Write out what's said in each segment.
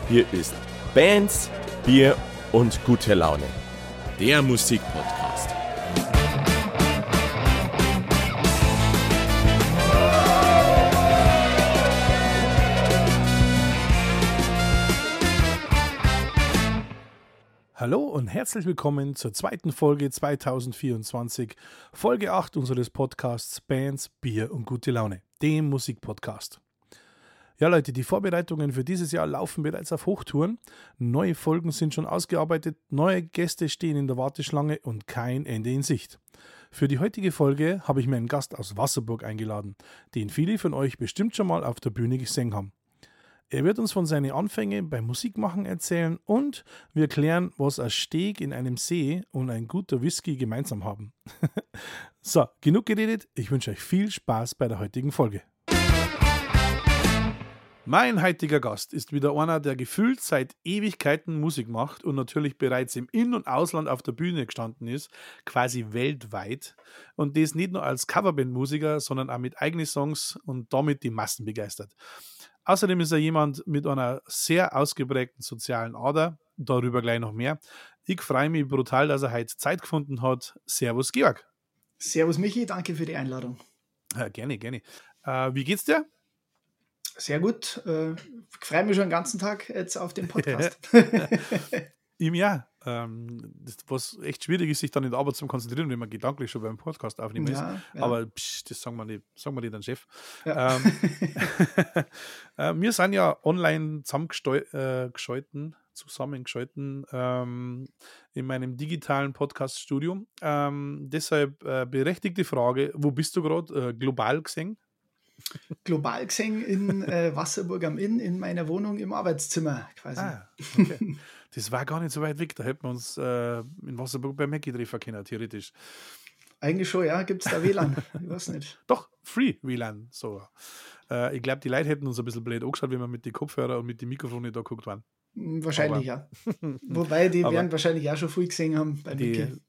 Hier ist Bands, Bier und gute Laune. Der Musikpodcast. Hallo und herzlich willkommen zur zweiten Folge 2024, Folge 8 unseres Podcasts Bands, Bier und gute Laune, dem Musikpodcast. Ja Leute, die Vorbereitungen für dieses Jahr laufen bereits auf Hochtouren. Neue Folgen sind schon ausgearbeitet, neue Gäste stehen in der Warteschlange und kein Ende in Sicht. Für die heutige Folge habe ich mir einen Gast aus Wasserburg eingeladen, den viele von euch bestimmt schon mal auf der Bühne gesehen haben. Er wird uns von seinen Anfängen beim Musikmachen erzählen und wir klären, was ein Steg in einem See und ein guter Whisky gemeinsam haben. So, genug geredet. Ich wünsche euch viel Spaß bei der heutigen Folge. Mein heutiger Gast ist wieder einer, der gefühlt seit Ewigkeiten Musik macht und natürlich bereits im In- und Ausland auf der Bühne gestanden ist, quasi weltweit. Und das nicht nur als Coverband-Musiker, sondern auch mit eigenen Songs und damit die Massen begeistert. Außerdem ist er jemand mit einer sehr ausgeprägten sozialen Ader, darüber gleich noch mehr. Ich freue mich brutal, dass er heute Zeit gefunden hat. Servus Georg. Servus Michi, danke für die Einladung. Ja, gerne. Wie geht's dir? Sehr gut. Ich freue mich schon den ganzen Tag jetzt auf den Podcast. Ihm ja. Was echt schwierig ist, sich dann in der Arbeit zu konzentrieren, wenn man gedanklich schon beim Podcast aufnehmen ist. Ja. Aber das sagen wir nicht den Chef. Ja. Wir sind ja online zusammengeschalten in meinem digitalen Podcast-Studio. Deshalb berechtigte Frage, wo bist du gerade global gesehen? Global gesehen in Wasserburg am Inn, in meiner Wohnung im Arbeitszimmer quasi. Okay. Das war gar nicht so weit weg, da hätten wir uns in Wasserburg bei Mackie treffen können, theoretisch. Eigentlich schon, ja, gibt es da WLAN? Ich weiß nicht. Doch, Free WLAN, so. Ich glaube, die Leute hätten uns ein bisschen blöd angeschaut, wenn wir mit den Kopfhörern und mit den Mikrofonen da geguckt waren. Wahrscheinlich, ja. Wobei, die werden wahrscheinlich auch schon viel gesehen haben bei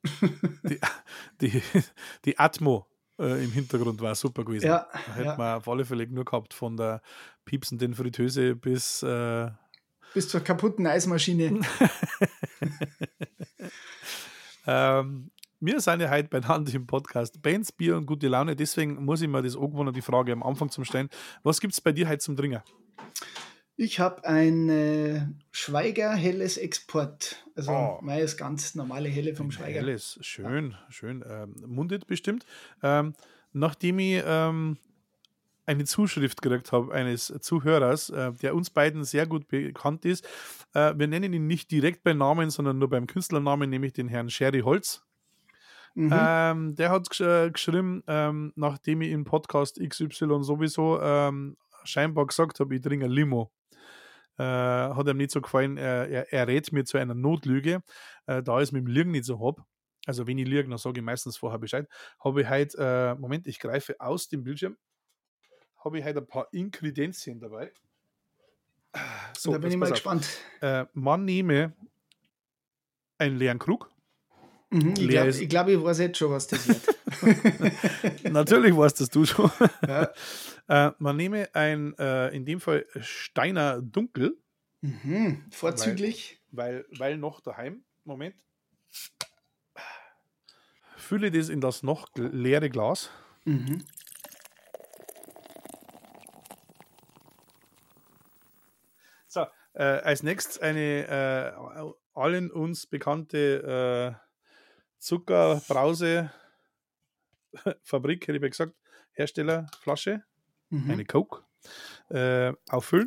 die Atmo im Hintergrund war super gewesen. Ja, da hätte man auf alle Fälle nur gehabt, von der piepsenden Fritteuse bis zur kaputten Eismaschine. Wir sind ja heute beieinander im Podcast Bands, Bier und gute Laune. Deswegen muss ich mir das angewohnt, die Frage am Anfang zum stellen. Was gibt es bei dir heute zum Trinken? Ich habe ein Schweiger helles Export. Also meist ganz normale helle vom Schweiger. Helles, schön. Mundet bestimmt. Nachdem ich eine Zuschrift gekriegt habe eines Zuhörers, der uns beiden sehr gut bekannt ist. Wir nennen ihn nicht direkt beim Namen, sondern nur beim Künstlernamen, nämlich den Herrn Sherry Holz. Der hat geschrieben, nachdem ich im Podcast XY sowieso scheinbar gesagt habe, ich trinke ein Limo. Hat ihm nicht so gefallen, er rät mir zu einer Notlüge, da ich es mit dem Lügen nicht so habe. Also wenn ich lüge, dann sage ich meistens vorher Bescheid. Habe ich heute, Moment, ich greife aus dem Bildschirm, habe ich heute ein paar Ingredienzien dabei. So, da bin ich mal gespannt. Man nehme einen leeren Krug. Ich glaube, ich weiß jetzt schon, was das wird. Natürlich weißt das du schon. Ja. Man nehme ein, in dem Fall Steiner Dunkel. Vorzüglich. Weil noch daheim. Moment. Fülle das in das noch leere Glas. So, als nächstes eine allen uns bekannte Zuckerbrause Fabrik, hätte ich gesagt, Hersteller, Flasche, eine Coke, auffüllen.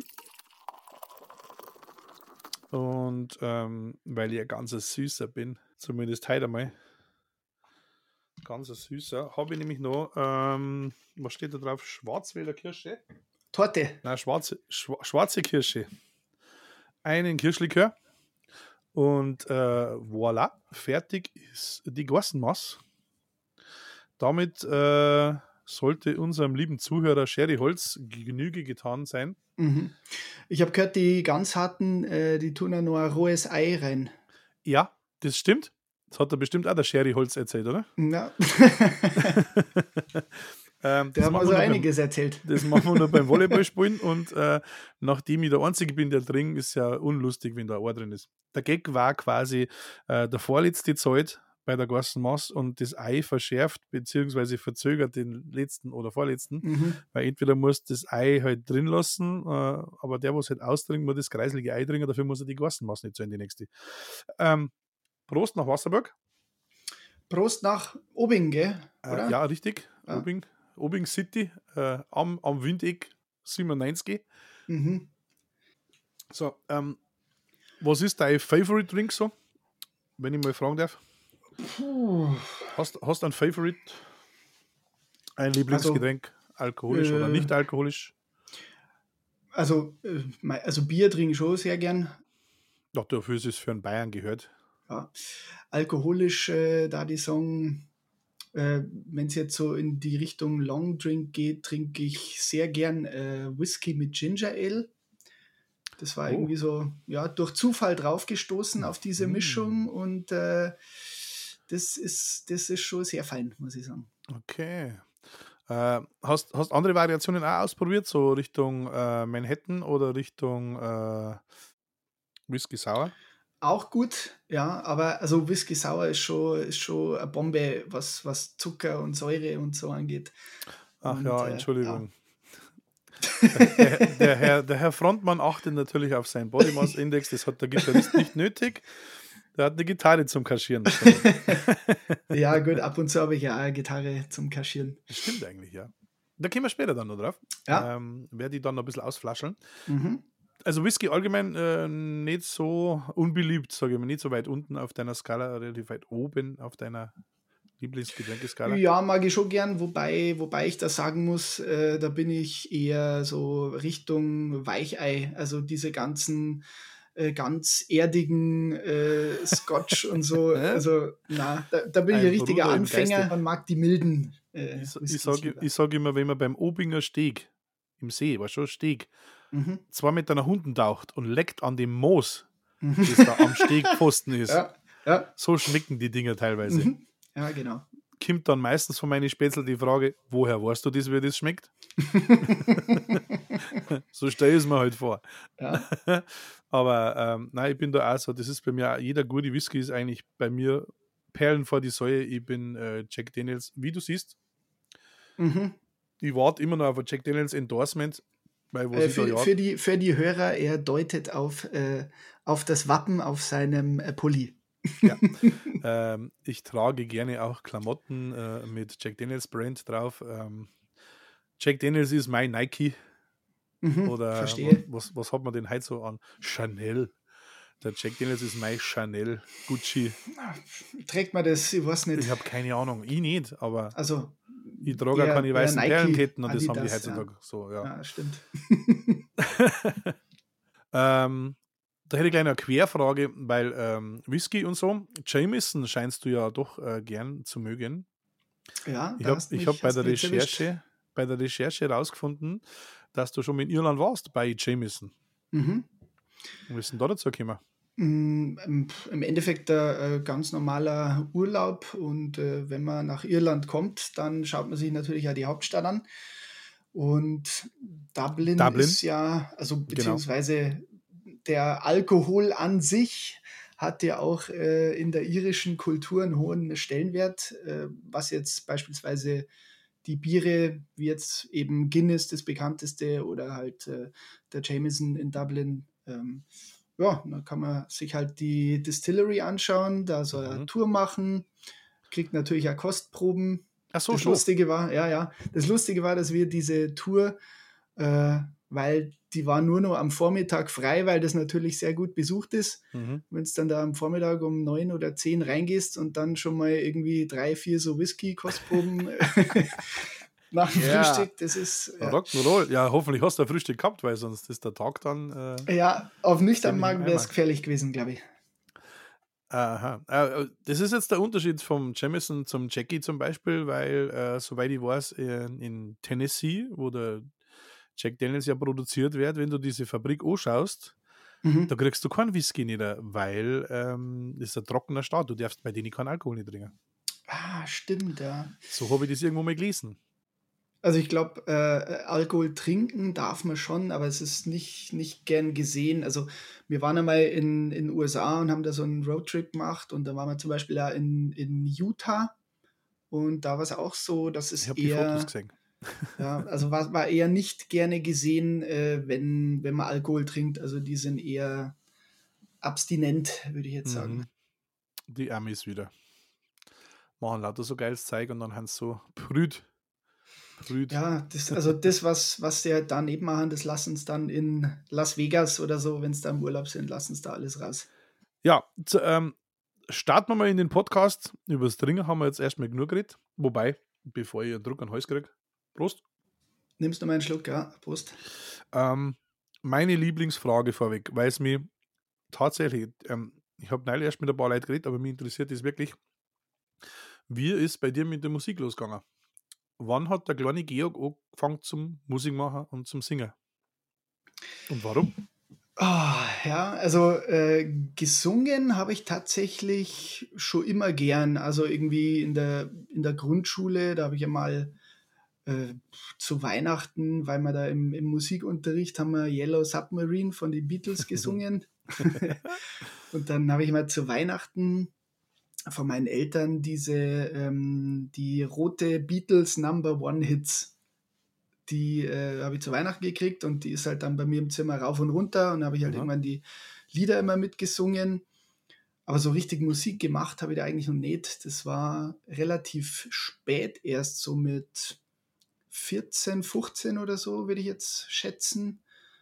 Und weil ich ein ganzer Süßer bin, zumindest heute einmal, ganzer Süßer, habe ich nämlich noch, was steht da drauf? Schwarzwälder Kirsche? Torte. Nein, schwarze Kirsche. Einen Kirschlikör. Und voilà, fertig ist die Gassenmasse. Damit sollte unserem lieben Zuhörer Sherry Holz Genüge getan sein. Ich habe gehört, die ganz harten, die tun ja noch ein rohes Ei rein. Ja, das stimmt. Das hat er bestimmt auch der Sherry Holz erzählt, oder? Ja. Da haben wir so einiges erzählt. Das machen wir nur beim Volleyballspielen und nachdem ich der Einzige bin, der drin ist, ja unlustig, wenn da ein Ohr drin ist. Der Gag war quasi der vorletzte zahlt bei der ganzen Maß und das Ei verschärft bzw. verzögert den letzten oder vorletzten, weil entweder muss das Ei halt drin lassen, aber der, was halt austrinkt, muss das kreiselige Ei trinken, dafür muss er die Gassenmaß nicht zahlen, die nächste. Prost nach Wasserburg. Prost nach Obing, gell? Oder? Ja, richtig. Ja. Obing City am Windeck 97. So, was ist dein Favorite Drink so? Wenn ich mal fragen darf. Hast du ein Favorite? Ein Lieblingsgetränk? Alkoholisch oder nicht alkoholisch? Also Bier trinke ich schon sehr gern. Doch, dafür ist es für einen Bayern gehört. Ja. Alkoholisch, da die sagen, wenn es jetzt so in die Richtung Long Drink geht, trinke ich sehr gern Whisky mit Ginger Ale. Das war irgendwie so, ja, durch Zufall draufgestoßen auf diese Mischung und das ist schon sehr fein, muss ich sagen. Okay. Hast andere Variationen auch ausprobiert, so Richtung Manhattan oder Richtung Whisky Sour? Auch gut, ja, aber also Whisky Sour ist schon eine Bombe, was Zucker und Säure und so angeht. Ach und, ja, Entschuldigung. Ja. Der Herr Frontmann achtet natürlich auf seinen Body Mass Index, das hat der Gitarrist nicht nötig. Der hat eine Gitarre zum Kaschieren. Ja, gut, ab und zu habe ich ja auch eine Gitarre zum Kaschieren. Das stimmt eigentlich, ja. Da kommen wir später dann noch drauf. Ja. Werde ich dann noch ein bisschen ausflascheln. Also Whisky allgemein nicht so unbeliebt, sage ich mal, nicht so weit unten auf deiner Skala, relativ weit oben auf deiner Lieblingsgetränkeskala. Ja, mag ich schon gern, wobei ich da sagen muss, da bin ich eher so Richtung Weichei, also diese ganzen ganz erdigen Scotch und so. Also, da bin ich ein richtiger Anfänger und mag die milden. Ich sag immer, wenn man beim Obinger Steg im See, war schon Steg, 2 Meter nach unten taucht und leckt an dem Moos, das da am Stegpfosten ist. Ja. So schmecken die Dinger teilweise. Ja, genau. Kommt dann meistens von meinen Spätzl die Frage, woher weißt du das, wie das schmeckt? So stelle ich es mir halt vor. Ja. Aber nein, ich bin da auch so, das ist bei mir auch, jeder gute Whisky ist eigentlich bei mir Perlen vor die Säue. Ich bin Jack Daniels, wie du siehst. Ich warte immer noch auf ein Jack Daniels Endorsement. Weil für die Hörer, er deutet auf das Wappen auf seinem Pulli. Ja. Ich trage gerne auch Klamotten mit Jack Daniels Brand drauf. Jack Daniels ist mein Nike. Oder verstehe. Was hat man denn heute so an? Chanel. Der Jack Daniels ist mein Chanel. Gucci. Trägt man das? Ich weiß nicht. Ich habe keine Ahnung. Ich nicht, aber also, ich trage auch keine weißen Nike, Perlenketten und Adidas, das haben die heutzutage so. Ja, stimmt. Da hätte ich gleich eine Querfrage, weil Whisky und so, Jameson scheinst du ja doch gern zu mögen. Ja, ich habe bei der Recherche herausgefunden, dass du schon in Irland warst bei Jameson. Wie ist denn da dazu gekommen? Im Endeffekt ein ganz normaler Urlaub und wenn man nach Irland kommt, dann schaut man sich natürlich auch die Hauptstadt an. Und Dublin ist ja, also beziehungsweise der Alkohol an sich hat ja auch in der irischen Kultur einen hohen Stellenwert, was jetzt beispielsweise die Biere, wie jetzt eben Guinness, das bekannteste, oder halt der Jameson in Dublin, da kann man sich halt die Distillery anschauen, da so eine Tour machen, kriegt natürlich auch Kostproben. Ach so, das Lustige war, dass wir diese Tour, weil die war nur noch am Vormittag frei, weil das natürlich sehr gut besucht ist. Wenn du dann da am Vormittag um 9 oder 10 reingehst und dann schon mal irgendwie 3, 4 so Whisky-Kostproben nach dem Frühstück, das ist... Rock'n'Roll. Ja, hoffentlich hast du ein Frühstück gehabt, weil sonst ist der Tag dann... ja, auf nüchternen Magen wäre es gefährlich gewesen, glaube ich. Aha. Das ist jetzt der Unterschied vom Jameson zum Jackie zum Beispiel, weil, soweit ich weiß, in Tennessee, wo der Jack Daniels ja produziert wird, wenn du diese Fabrik anschaust, da kriegst du keinen Whisky nicht, weil das ist ein trockener Staat, du darfst bei denen keinen Alkohol nicht trinken. Ah, stimmt, ja. So habe ich das irgendwo mal gelesen. Also ich glaube, Alkohol trinken darf man schon, aber es ist nicht gern gesehen. Also wir waren einmal in den USA und haben da so einen Roadtrip gemacht und da waren wir zum Beispiel ja in Utah und da war es auch so, dass Ich es habe die Fotos eher, gesehen. ja, also war eher nicht gerne gesehen, wenn man Alkohol trinkt. Also die sind eher abstinent, würde ich jetzt sagen. Mhm. Die Amis wieder. Machen lauter so geiles Zeug und dann haben sie so Brüt. Ja, also das, was sie halt daneben machen, das lassen sie dann in Las Vegas oder so, wenn sie da im Urlaub sind, lassen sie da alles raus. Ja, starten wir mal in den Podcast. Über das Trinken haben wir jetzt erstmal genug geredet. Wobei, bevor ich einen Druck an den Hals kriege, Prost. Nimmst du mal einen Schluck, ja, Prost. Meine Lieblingsfrage vorweg, weil es mich tatsächlich, ich habe neulich erst mit ein paar Leuten geredet, aber mich interessiert es wirklich, wie ist bei dir mit der Musik losgegangen? Wann hat der kleine Georg angefangen zum Musik machen und zum Singen? Und warum? Ja, also gesungen habe ich tatsächlich schon immer gern. Also irgendwie in der Grundschule, da habe ich ja mal äh, zu Weihnachten, weil wir da im Musikunterricht haben wir Yellow Submarine von den Beatles gesungen. Und dann habe ich mal zu Weihnachten von meinen Eltern die rote Beatles Number One Hits. Die habe ich zu Weihnachten gekriegt und die ist halt dann bei mir im Zimmer rauf und runter und habe ich halt Aha. irgendwann die Lieder immer mitgesungen. Aber so richtig Musik gemacht habe ich da eigentlich noch nicht. Das war relativ spät, erst so mit 14, 15 oder so, würde ich jetzt schätzen.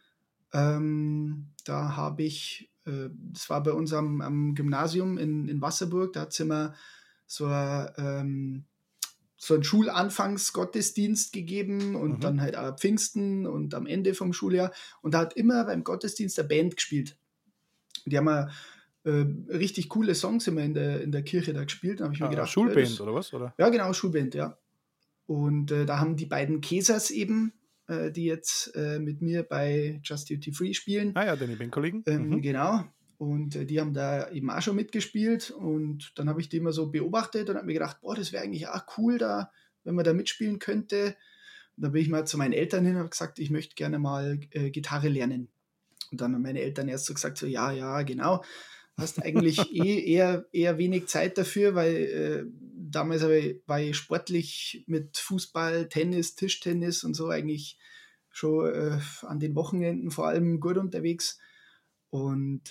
Da habe ich, das war bei uns am Gymnasium in Wasserburg, da hat es immer so so einen Schulanfangsgottesdienst gegeben und dann halt auch Pfingsten und am Ende vom Schuljahr. Und da hat immer beim Gottesdienst eine Band gespielt. Die haben richtig coole Songs immer in der Kirche da gespielt. Da habe ich mir gedacht, ja, Schulband oder was? Oder? ja genau, Schulband, ja. Und da haben die beiden Kesers eben, die jetzt mit mir bei Just Duty Free spielen. Ah ja, deine Bandkollegen. Genau. Und die haben da eben auch schon mitgespielt. Und dann habe ich die immer so beobachtet und habe mir gedacht, boah, das wäre eigentlich auch cool, da, wenn man da mitspielen könnte. Und dann bin ich mal zu meinen Eltern hin und habe gesagt, ich möchte gerne mal Gitarre lernen. Und dann haben meine Eltern erst so gesagt, so ja, ja, genau. Hast eigentlich eher wenig Zeit dafür, weil damals war ich sportlich mit Fußball, Tennis, Tischtennis und so eigentlich schon an den Wochenenden vor allem gut unterwegs. Und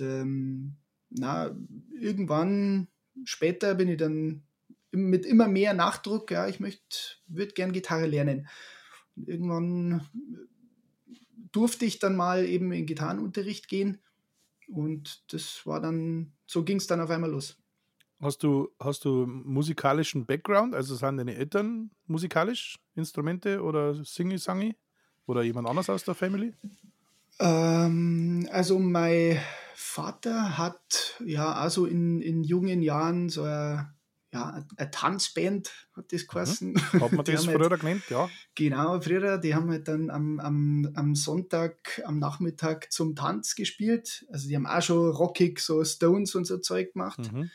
irgendwann später bin ich dann mit immer mehr Nachdruck, ja, würde gern Gitarre lernen. Und irgendwann durfte ich dann mal eben in Gitarrenunterricht gehen und so ging es dann auf einmal los. Hast du musikalischen Background? Also sind deine Eltern musikalisch Instrumente oder Singy-Sangi? Oder jemand anders aus der Family? Also mein Vater hat ja also in jungen Jahren so eine Tanzband, hat das geheißen. Hat man Die das haben früher halt, genannt? Ja. genau, früher, die haben halt dann am Sonntag, am Nachmittag zum Tanz gespielt. Also die haben auch schon rockig so Stones und so Zeug gemacht. Mhm.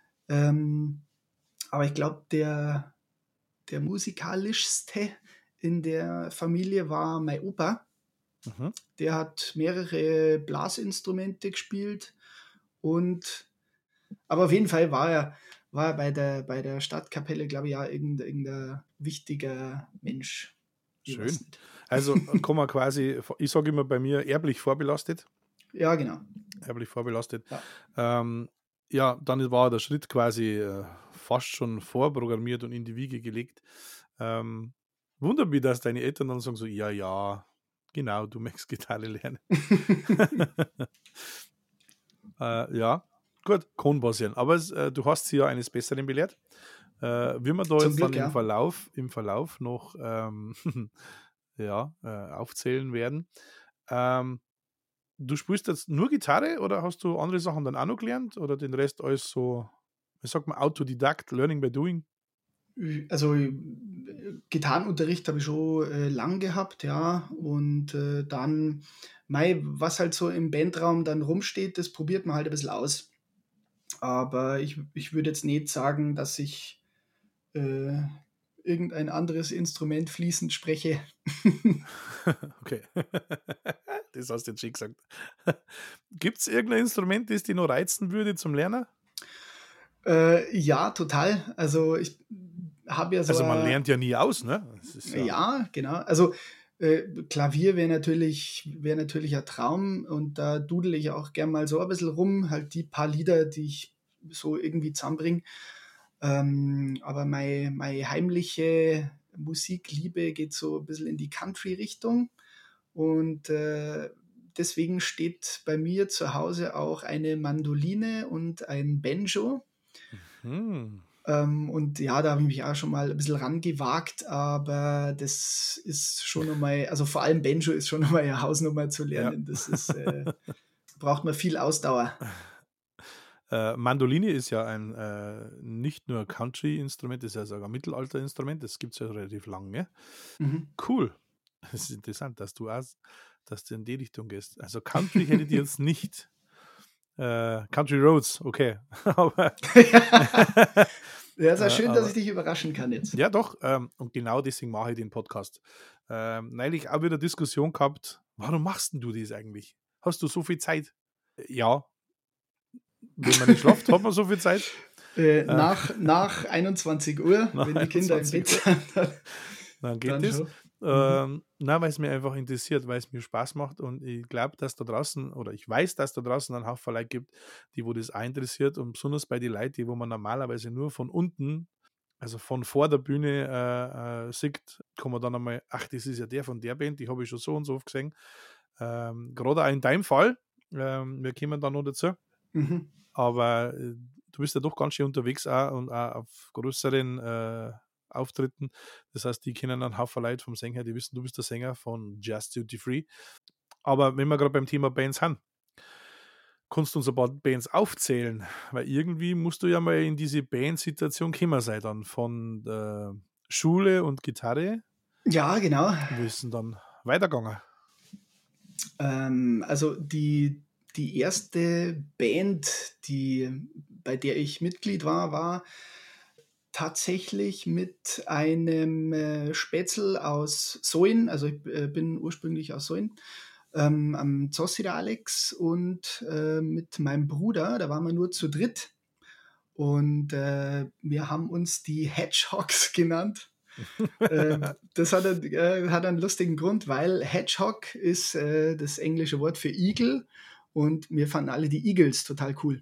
Aber ich glaube, der musikalischste in der Familie war mein Opa. Mhm. Der hat mehrere Blasinstrumente gespielt aber auf jeden Fall war er bei der Stadtkapelle, glaube ich, ja irgendein wichtiger Mensch. Ich weiß Schön. nicht. Also kann man quasi, ich sage immer bei mir, erblich vorbelastet. Ja, genau. Erblich vorbelastet. Ja. Ja, dann war der Schritt quasi fast schon vorprogrammiert und in die Wiege gelegt. Wundert mich, dass deine Eltern dann sagen so, ja, ja, genau, du möchtest Gitarre lernen. Ja, gut, kann passieren. Aber du hast sie ja eines Besseren belehrt. Wie wir da Zum jetzt Glück, dann ja. im Verlauf noch ja, aufzählen werden. Du spielst jetzt nur Gitarre oder hast du andere Sachen dann auch noch gelernt oder den Rest alles so, wie sagt man, Autodidakt, Learning by Doing? Also Gitarrenunterricht habe ich schon lang gehabt, ja. Und dann, was halt so im Bandraum dann rumsteht, das probiert man halt ein bisschen aus. Aber ich würde jetzt nicht sagen, dass ich äh, irgendein anderes Instrument fließend spreche. Okay. Das hast du jetzt schon gesagt. Gibt es irgendein Instrument, das dich noch reizen würde zum Lernen? Ja, total. Also ich habe ja so Also man lernt ja nie aus, ne? Das ist ja, ja, genau. Also Klavier wär natürlich ein Traum und da dudel ich auch gern mal so ein bisschen rum, halt die paar Lieder, die ich so irgendwie zusammenbringe. Aber meine heimliche Musikliebe geht so ein bisschen in die Country-Richtung und deswegen steht bei mir zu Hause auch eine Mandoline und ein Banjo. hm, Und ja, da habe ich mich auch schon mal ein bisschen rangewagt, aber das ist schon nochmal, also vor allem Banjo ist schon nochmal eine Hausnummer zu ja. lernen. Das ist, braucht man viel Ausdauer. Mandoline ist ja ein nicht nur Country-Instrument, das ist ja sogar ein Mittelalter-Instrument, das gibt es ja relativ lange. Mhm. Cool. Das ist interessant, dass du in die Richtung gehst. Also Country hätte ich jetzt nicht. Country Roads, okay. Aber, Ja, ist ja schön, dass aber ich dich überraschen kann jetzt. ja, doch. Und genau deswegen mache ich den Podcast. Neulich auch wieder Diskussion gehabt. Warum machst denn du das eigentlich? Hast du so viel Zeit? Ja, wenn man nicht schlaft, hat man so viel Zeit. Nach 21 Uhr, Nach wenn die Kinder im 21 Bett sind, Dann geht dann es. schon. Mhm. Na, weil es mir einfach interessiert, weil es mir Spaß macht und ich glaube, dass da draußen, oder ich weiß, dass da draußen einen Haufen Leute gibt, die wo das auch interessiert und besonders bei den Leuten, die wo man normalerweise nur von unten, also von vor der Bühne sieht, kann man dann einmal, ach, das ist ja der von der Band, die habe ich schon so und so oft gesehen. Gerade auch in deinem Fall, wir kommen da noch dazu, Mhm. aber du bist ja doch ganz schön unterwegs auch und auch auf größeren Auftritten. Das heißt, die kennen einen Haufen Leute vom Sänger, die wissen, du bist der Sänger von Just Duty Free. Aber wenn wir gerade beim Thema Bands sind, kannst du uns ein paar Bands aufzählen? Weil irgendwie musst du ja mal in diese Bandsituation gekommen sein, dann von Schule und Gitarre. Ja, genau. Wie ist denn dann weitergegangen? Also die erste Band, bei der ich Mitglied war tatsächlich mit einem Spätzl aus Soin, also ich bin ursprünglich aus Soin, am Zossi der Alex und mit meinem Bruder, da waren wir nur zu dritt und wir haben uns die Hedgehogs genannt. Das hat einen lustigen Grund, weil Hedgehog ist das englische Wort für Igel und wir fanden alle die Eagles total cool.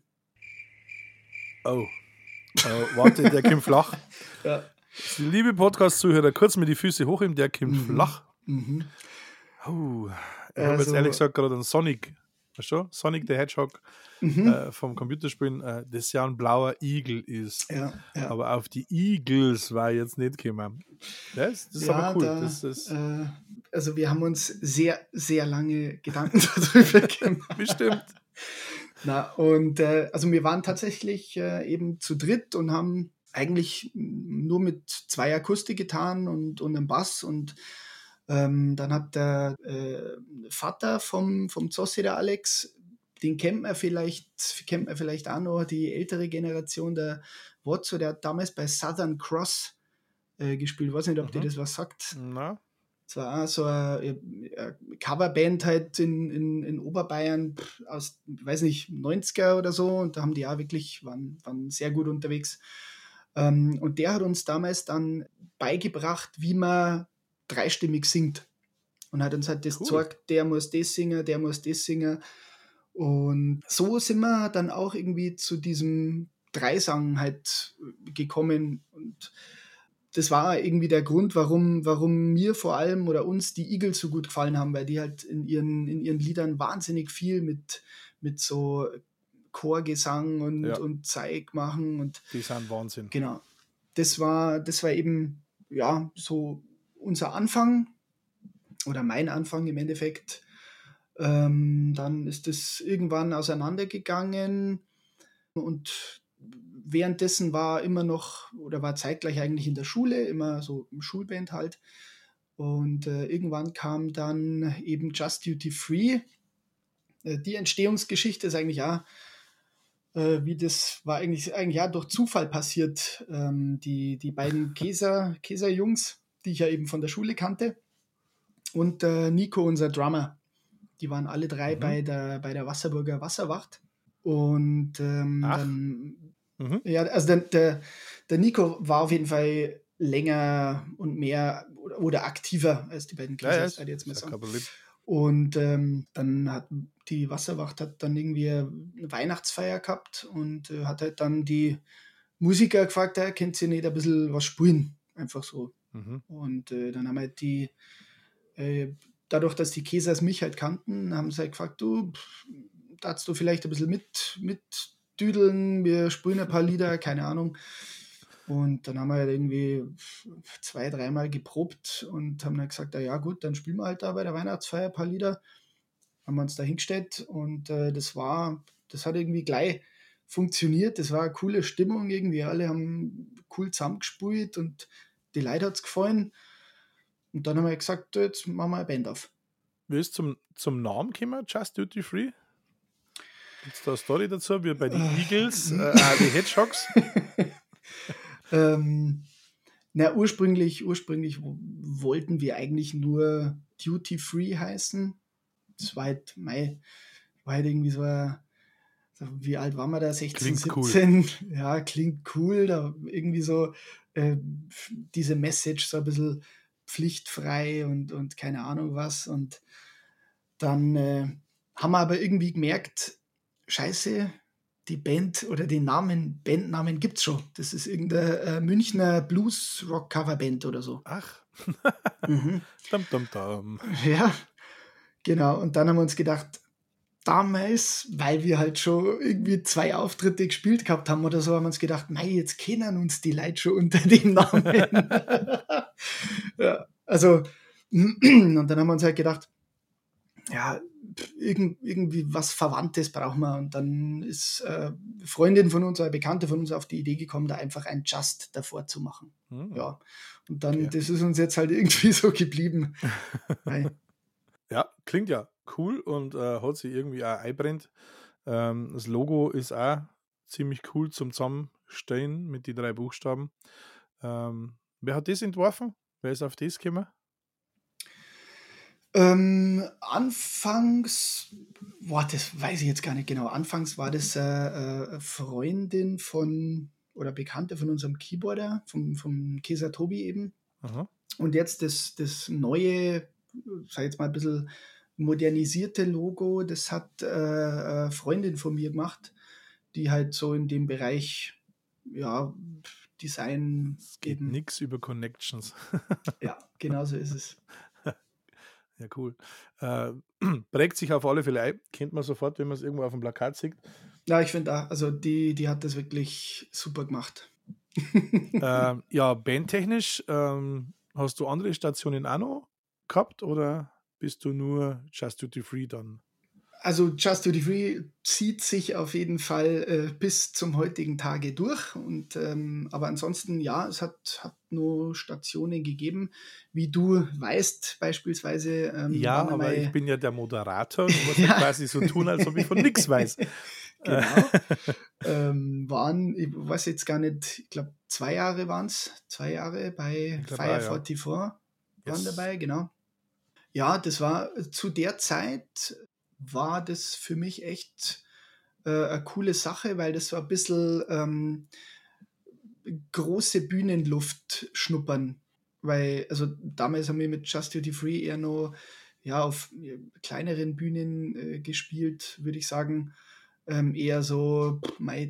Oh, warte, der kommt flach. Ja. Liebe Podcast-Zuhörer, kurz mit die Füße hoch, der kommt flach. Mhm. Oh, ich habe jetzt Also, ehrlich gesagt gerade einen Sonic, weißt du? Sonic the Hedgehog mhm. vom Computerspielen, das ja ein blauer Igel ist. Ja, ja. Aber auf die Eagles war ich jetzt nicht gekommen. Das ist aber Ja, cool. Das ist also wir haben uns sehr, sehr lange Gedanken darüber gemacht. bestimmt. Na, und also wir waren tatsächlich eben zu dritt und haben eigentlich nur mit zwei Akustikgitarren und einem Bass und dann hat der Vater vom Zossi, der Alex, den kennt man vielleicht auch noch, die ältere Generation, der Wotzo, der hat damals bei Southern Cross gespielt. Ich weiß nicht, ob dir Mhm. das was sagt. Na, Es war auch so eine Coverband halt in Oberbayern aus, weiß nicht, 90er oder so. Und da haben die auch wirklich, waren sehr gut unterwegs. Und der hat uns damals dann beigebracht, wie man dreistimmig singt. Und hat uns halt das cool. gesagt, der muss das singen, der muss das singen. Und so sind wir dann auch irgendwie zu diesem Dreisang halt gekommen. Und das war irgendwie der Grund, warum mir vor allem oder uns die Eagles so gut gefallen haben, weil die halt in ihren Liedern wahnsinnig viel mit so Chorgesang und Zeig machen. Und die sind Wahnsinn. genau, das war eben ja so unser Anfang oder mein Anfang im Endeffekt. Dann ist das irgendwann auseinandergegangen und währenddessen war immer noch oder war zeitgleich eigentlich in der Schule, immer so im Schulband halt. Und irgendwann kam dann eben Just Duty Free. Die Entstehungsgeschichte ist eigentlich auch wie das war eigentlich ja durch Zufall passiert. Die beiden Käser-Jungs, die ich ja eben von der Schule kannte, und Nico, unser Drummer, die waren alle drei bei der Wasserburger Wasserwacht. Und dann, ja, also der Nico war auf jeden Fall länger und mehr oder aktiver als die beiden Käsers, würde ich jetzt mal sagen. Und dann hat die Wasserwacht dann irgendwie eine Weihnachtsfeier gehabt und hat halt dann die Musiker gefragt, könnt ihr nicht ein bisschen was spielen? Einfach so. Und dann haben halt die, dadurch, dass die Käsers mich halt kannten, haben sie halt gefragt, du, darfst du vielleicht ein bisschen mit düdeln, wir spielen ein paar Lieder, keine Ahnung. Und dann haben wir halt irgendwie 2-3 Mal geprobt und haben dann gesagt, ja gut, dann spielen wir halt da bei der Weihnachtsfeier ein paar Lieder. Haben wir uns da hingestellt und das hat irgendwie gleich funktioniert. Das war eine coole Stimmung irgendwie. Alle haben cool zusammengespielt und die Leute hat es gefallen. Und dann haben wir gesagt, jetzt machen wir eine Band auf. Wie ist zum Namen gekommen, Just Duty Free? Gibt es da eine Story dazu, wie bei den Eagles, die Hedgehogs? Ursprünglich wollten wir eigentlich nur Duty Free heißen. Das war halt, irgendwie so wie alt waren wir da? 16, klingt 17? Cool. Ja, klingt cool. Da irgendwie so diese Message so ein bisschen pflichtfrei und keine Ahnung was. Und dann haben wir aber irgendwie gemerkt, scheiße, die Band oder den Bandnamen gibt's schon. Das ist irgendeine Münchner Blues-Rock-Coverband oder so. Ach. Dum. Ja, genau. Und dann haben wir uns gedacht, damals, weil wir halt schon irgendwie 2 Auftritte gespielt gehabt haben oder so, haben wir uns gedacht, jetzt kennen uns die Leute schon unter dem Namen. Ja, also, und dann haben wir uns halt gedacht, ja, irgendwie was Verwandtes brauchen wir. Und dann ist eine Freundin von uns, eine Bekannte von uns auf die Idee gekommen, da einfach ein Just davor zu machen. Ja, und dann, das ist uns jetzt halt irgendwie so geblieben. Ja, klingt ja cool und hat sich irgendwie auch einbrennt. Das Logo ist auch ziemlich cool zum Zusammenstellen mit den 3 Buchstaben. Wer hat das entworfen? Wer ist auf das gekommen? Anfangs, das weiß ich jetzt gar nicht genau. Anfangs war das eine Freundin oder Bekannte von unserem Keyboarder, vom Käser Tobi eben. Aha. Und jetzt das neue, sag ich jetzt mal ein bisschen modernisierte Logo, das hat eine Freundin von mir gemacht, die halt so in dem Bereich, ja, Design. Es geht nichts über Connections. Ja, genau so ist es. Ja, cool. Prägt sich auf alle Fälle ein. Kennt man sofort, wenn man es irgendwo auf dem Plakat sieht. Ja, ich finde auch, also die hat das wirklich super gemacht. Ja, bandtechnisch, hast du andere Stationen auch noch gehabt oder bist du nur Just Duty Free dann? Also Just Duty Free zieht sich auf jeden Fall bis zum heutigen Tage durch. Und, aber ansonsten, ja, es hat nur Stationen gegeben, wie du weißt beispielsweise. Ja, aber ich bin ja der Moderator und muss ja quasi so tun, als ob ich von nichts weiß. Genau. Ich weiß jetzt gar nicht, ich glaube 2 Jahre waren es, 2 Jahre bei Fire 44 waren dabei, genau. Ja, das war zu der Zeit, war das für mich echt eine coole Sache, weil das so ein bisschen große Bühnenluft schnuppern. Weil, also damals haben wir mit Just Duty Free eher noch auf kleineren Bühnen gespielt, würde ich sagen. Eher so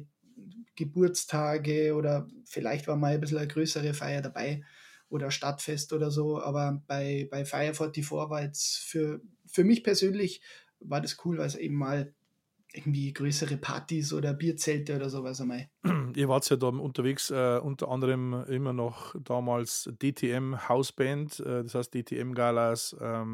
Geburtstage oder vielleicht war mal ein bisschen eine größere Feier dabei oder Stadtfest oder so. Aber bei Fire 44 war jetzt für mich persönlich war das cool, weil es eben mal irgendwie größere Partys oder Bierzelte oder sowas einmal. Ihr wart ja da unterwegs, unter anderem immer noch damals DTM Hausband, das heißt DTM Galas,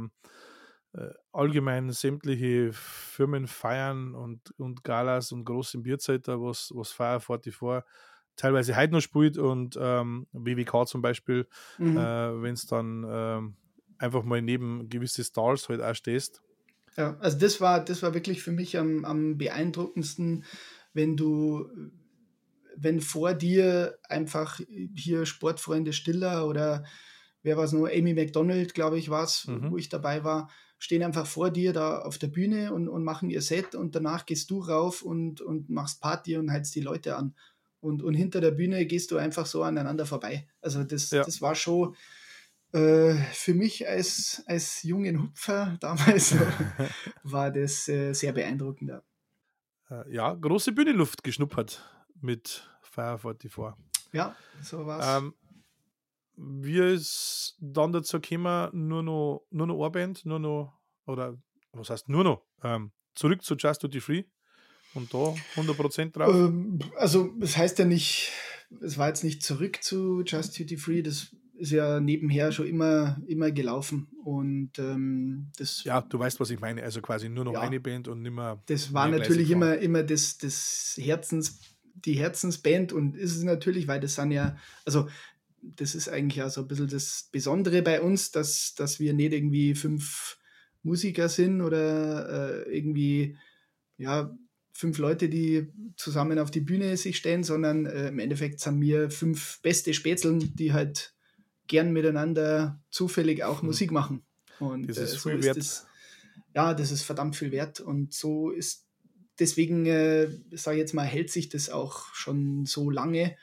allgemein sämtliche Firmen feiern und Galas und große Bierzelte, was Fire 44 teilweise heute noch spielt und WWK zum Beispiel, wenn es dann einfach mal neben gewisse Stars halt auch stehst. Ja, also das war wirklich für mich am beeindruckendsten, wenn vor dir einfach hier Sportfreunde Stiller oder wer war es noch, Amy McDonald, glaube ich, war es, wo ich dabei war, stehen einfach vor dir da auf der Bühne und machen ihr Set und danach gehst du rauf und machst Party und heizt die Leute an. Und hinter der Bühne gehst du einfach so aneinander vorbei. Also das war schon für mich als jungen Hupfer damals war das sehr beeindruckend. Ja, große Bühnenluft geschnuppert mit Fire 44. Ja, so war's. Wie ist dann dazu gekommen, nur noch eine Band, oder was heißt nur noch, zurück zu Just Duty Free und da 100% drauf? Also es heißt ja nicht, es war jetzt nicht zurück zu Just Duty Free, das ist ja nebenher schon immer gelaufen und das... Ja, du weißt, was ich meine, also quasi nur noch Ja. eine Band und nicht mehr... Das war natürlich immer das die Herzensband und ist es natürlich, weil das sind ja, also das ist eigentlich ja so ein bisschen das Besondere bei uns, dass wir nicht irgendwie 5 Musiker sind oder irgendwie, ja, 5 Leute, die zusammen auf die Bühne sich stellen, sondern im Endeffekt sind wir 5 beste Spätzeln, die halt gern miteinander zufällig auch Musik machen. Und Das ist so viel ist wert. das, ja, das ist verdammt viel wert und so ist, deswegen, sage ich jetzt mal, hält sich das auch schon so lange.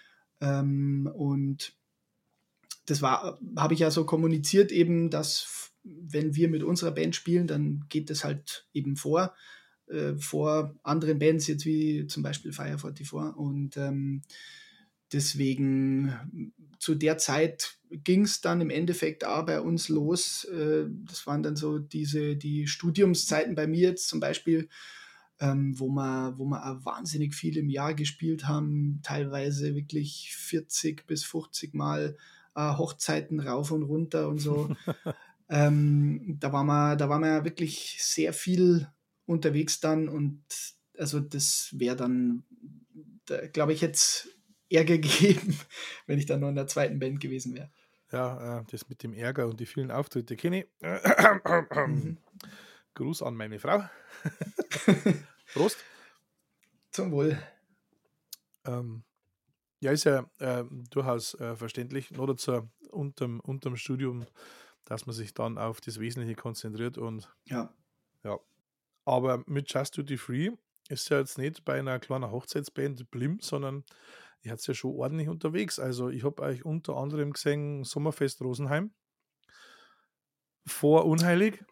Und das habe ich ja so kommuniziert eben, dass wenn wir mit unserer Band spielen, dann geht das halt eben vor anderen Bands, jetzt wie zum Beispiel Fire 44. Und deswegen zu der Zeit ging es dann im Endeffekt auch bei uns los. Das waren dann so die Studiumszeiten bei mir jetzt zum Beispiel, wo wir auch wahnsinnig viel im Jahr gespielt haben, teilweise wirklich 40 bis 50 Mal Hochzeiten rauf und runter und so. Da waren wir wirklich sehr viel unterwegs dann und also das wäre dann, glaube ich, jetzt Ärger gegeben, wenn ich dann noch in der zweiten Band gewesen wäre. Ja, das mit dem Ärger und die vielen Auftritte kenne ich. Gruß an meine Frau. Prost. Zum Wohl. Ja, ist ja durchaus verständlich, nur dazu unterm Studium, dass man sich dann auf das Wesentliche konzentriert und ja. Aber mit Just Duty Free ist ja jetzt nicht bei einer kleinen Hochzeitsband Blim, sondern ihr habt es ja schon ordentlich unterwegs. Also ich habe euch unter anderem gesehen Sommerfest Rosenheim vor Unheilig.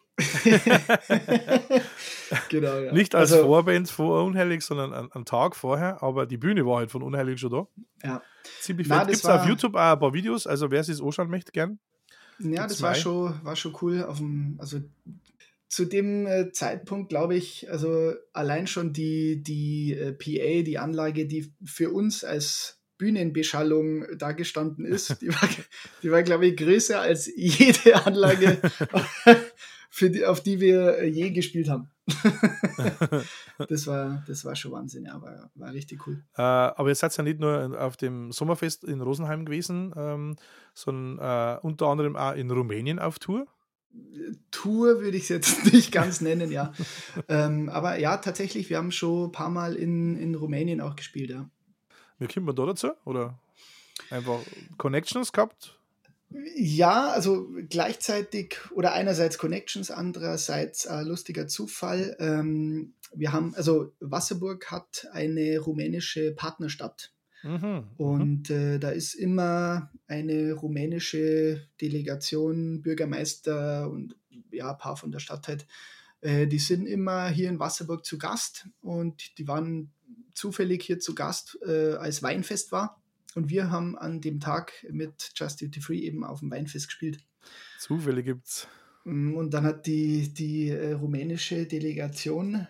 Genau, ja. Nicht als Vorband vor Unheilig, sondern einen Tag vorher, aber die Bühne war halt von Unheilig schon da. Ja. Ziemlich fett. Gibt es auf YouTube auch ein paar Videos, also wer es sich anschauen möchte, gern. Ja, das war schon cool. Also zu dem Zeitpunkt, glaube ich, also allein schon die PA, die Anlage, die für uns als Bühnenbeschallung da gestanden ist, die war, glaube ich, größer als jede Anlage, auf die wir je gespielt haben. Das war schon Wahnsinn, ja, war richtig cool. Aber ihr seid ja nicht nur auf dem Sommerfest in Rosenheim gewesen, sondern unter anderem auch in Rumänien auf Tour. Tour würde ich es jetzt nicht ganz nennen, ja. Aber ja, tatsächlich, wir haben schon ein paar Mal in Rumänien auch gespielt, ja. Wie kommt man da dazu? Oder einfach Connections gehabt? Ja, also gleichzeitig oder einerseits Connections, andererseits lustiger Zufall. Also Wasserburg hat eine rumänische Partnerstadt. Und da ist immer eine rumänische Delegation, Bürgermeister und ja, ein paar von der Stadt halt. Die sind immer hier in Wasserburg zu Gast und die waren zufällig hier zu Gast, als Weinfest war. Und wir haben an dem Tag mit Just Duty Free eben auf dem Weinfest gespielt. Zufälle gibt's. Und dann hat die rumänische Delegation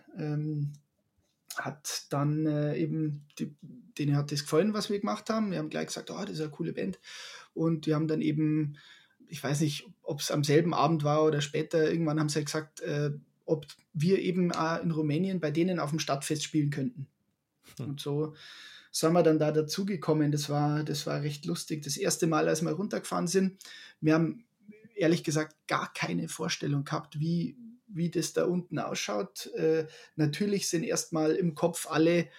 hat dann denen hat das gefallen, was wir gemacht haben. Wir haben gleich gesagt, das ist eine coole Band. Und die haben dann eben, ich weiß nicht, ob es am selben Abend war oder später, irgendwann haben sie gesagt, ob wir eben auch in Rumänien bei denen auf dem Stadtfest spielen könnten. Und so sind wir dann da dazugekommen. Das war recht lustig. Das erste Mal, als wir runtergefahren sind, wir haben ehrlich gesagt gar keine Vorstellung gehabt, wie das da unten ausschaut. Natürlich sind erstmal im Kopf alle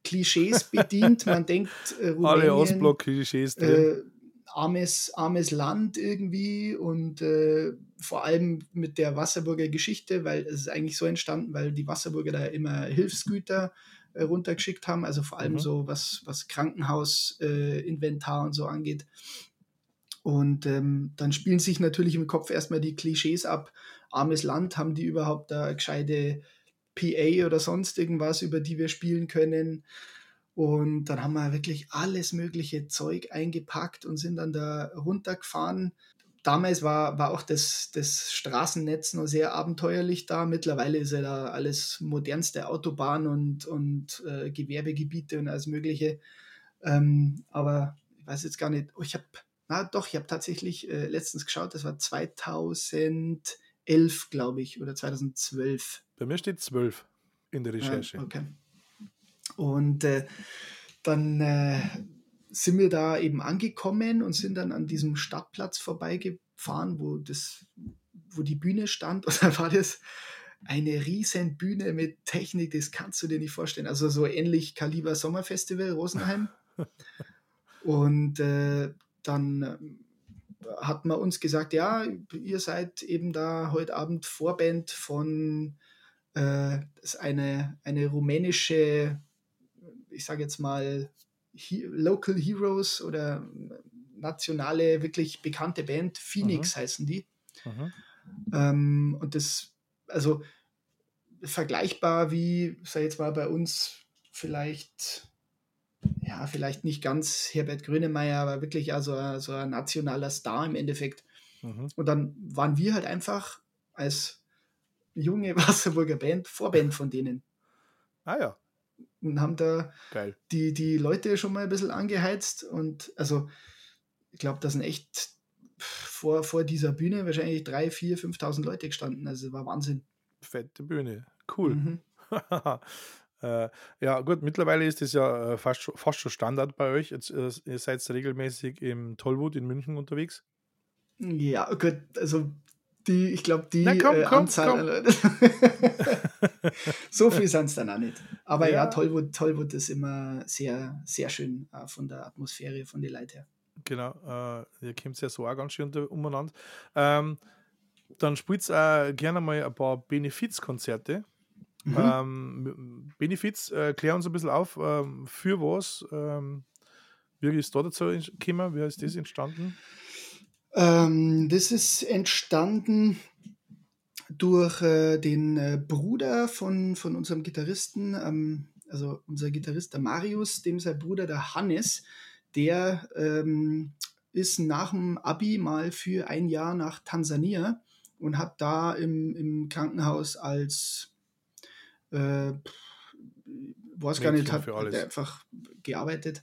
Klischees bedient. Man denkt, Alle Rumänien, Ostblock-Klischees drin. armes Land irgendwie und vor allem mit der Wasserburger Geschichte, weil es ist eigentlich so entstanden, weil die Wasserburger da immer Hilfsgüter runtergeschickt haben, also vor allem so was Krankenhausinventar und so angeht. Und dann spielen sich natürlich im Kopf erstmal die Klischees ab. Armes Land, haben die überhaupt da gescheite PA oder sonst irgendwas, über die wir spielen können? Und dann haben wir wirklich alles mögliche Zeug eingepackt und sind dann da runtergefahren. Damals war auch das Straßennetz noch sehr abenteuerlich da. Mittlerweile ist ja da alles modernste Autobahn und Gewerbegebiete und alles Mögliche. Aber ich weiß jetzt gar nicht. Ich habe tatsächlich letztens geschaut. Das war 2011, glaube ich, oder 2012. Bei mir steht 12 in der Recherche. Okay. Und dann sind wir da eben angekommen und sind dann an diesem Stadtplatz vorbeigefahren, wo die Bühne stand. Und da war das eine riesen Bühne mit Technik, das kannst du dir nicht vorstellen. Also so ähnlich Kaliber Sommerfestival Rosenheim. Und dann hat man uns gesagt, ja, ihr seid eben da heute Abend Vorband von das ist eine rumänische, ich sage jetzt mal, Local Heroes oder nationale, wirklich bekannte Band, Phoenix heißen die. Und das, also vergleichbar wie, sag ich jetzt mal, bei uns vielleicht nicht ganz Herbert Grönemeyer, aber wirklich also so ein nationaler Star im Endeffekt. Und dann waren wir halt einfach als junge Wasserburger Band Vorband von denen. Ah ja. Und haben da Geil. die Leute schon mal ein bisschen angeheizt. Und also ich glaube, da sind echt vor dieser Bühne wahrscheinlich 3.000, 4.000, 5.000 Leute gestanden. Also war Wahnsinn. Fette Bühne. Cool. Ja, gut, mittlerweile ist das ja fast schon Standard bei euch. Jetzt, ihr seid regelmäßig im Tollwood in München unterwegs. Ja, gut, also ich glaube, die Anzahl. so viel sind es dann auch nicht. Aber ja, Tollwood ist immer sehr, sehr schön von der Atmosphäre, von den Leuten her. Genau, ihr kommt ja so auch ganz schön umeinander. Dann spielt ihr gerne mal ein paar Benefizkonzerte. Benefiz, klär uns ein bisschen auf, für was, wie ist da dazu gekommen, wie ist das entstanden? Das ist entstanden durch den Bruder von unserem Gitarristen, also unser Gitarrist der Marius, dem sein Bruder der Hannes, der ist nach dem Abi mal für ein Jahr nach Tansania und hat da im Krankenhaus als weiß gar nicht, hat einfach gearbeitet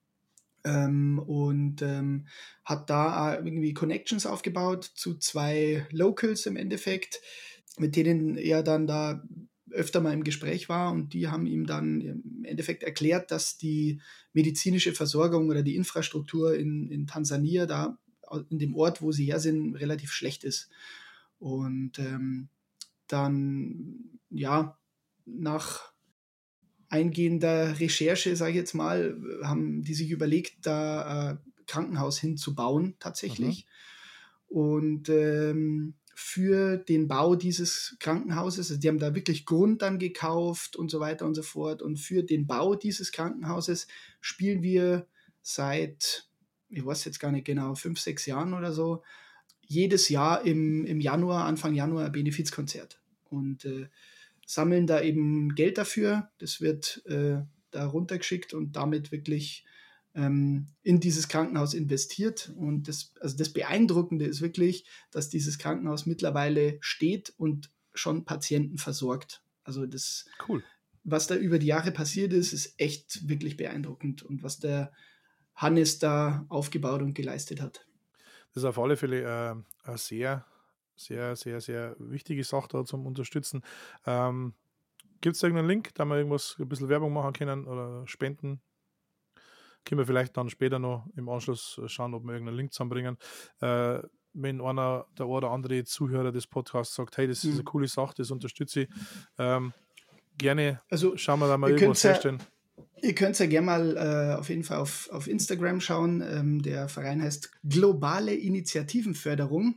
und hat da irgendwie Connections aufgebaut zu 2 Locals im Endeffekt, mit denen er dann da öfter mal im Gespräch war und die haben ihm dann im Endeffekt erklärt, dass die medizinische Versorgung oder die Infrastruktur in Tansania, da in dem Ort, wo sie her sind, relativ schlecht ist. Und dann, ja, nach eingehender Recherche, sage ich jetzt mal, haben die sich überlegt, da ein Krankenhaus hinzubauen, tatsächlich. Und für den Bau dieses Krankenhauses, also die haben da wirklich Grund dann gekauft und so weiter und so fort. Und für den Bau dieses Krankenhauses spielen wir seit, ich weiß jetzt gar nicht genau, 5, 6 Jahren oder so, jedes Jahr im Januar, Anfang Januar ein Benefizkonzert. Und sammeln da eben Geld dafür. Das wird da runtergeschickt und damit wirklich in dieses Krankenhaus investiert. Und das Beeindruckende ist wirklich, dass dieses Krankenhaus mittlerweile steht und schon Patienten versorgt. Also das, cool. Was da über die Jahre passiert ist echt wirklich beeindruckend. Und was der Hannes da aufgebaut und geleistet hat. Das ist auf alle Fälle eine sehr, sehr, sehr, sehr wichtige Sache da zum Unterstützen. Gibt es irgendeinen Link, da wir irgendwas, ein bisschen Werbung machen können oder spenden? Können wir vielleicht dann später noch im Anschluss schauen, ob wir irgendeinen Link zusammenbringen. Wenn der oder andere Zuhörer des Podcasts sagt, hey, das ist eine coole Sache, das unterstütze ich, gerne also, schauen wir da mal irgendwas herstellen. Ihr könnt ja gerne mal auf jeden Fall auf Instagram schauen. Der Verein heißt Globale Initiativenförderung.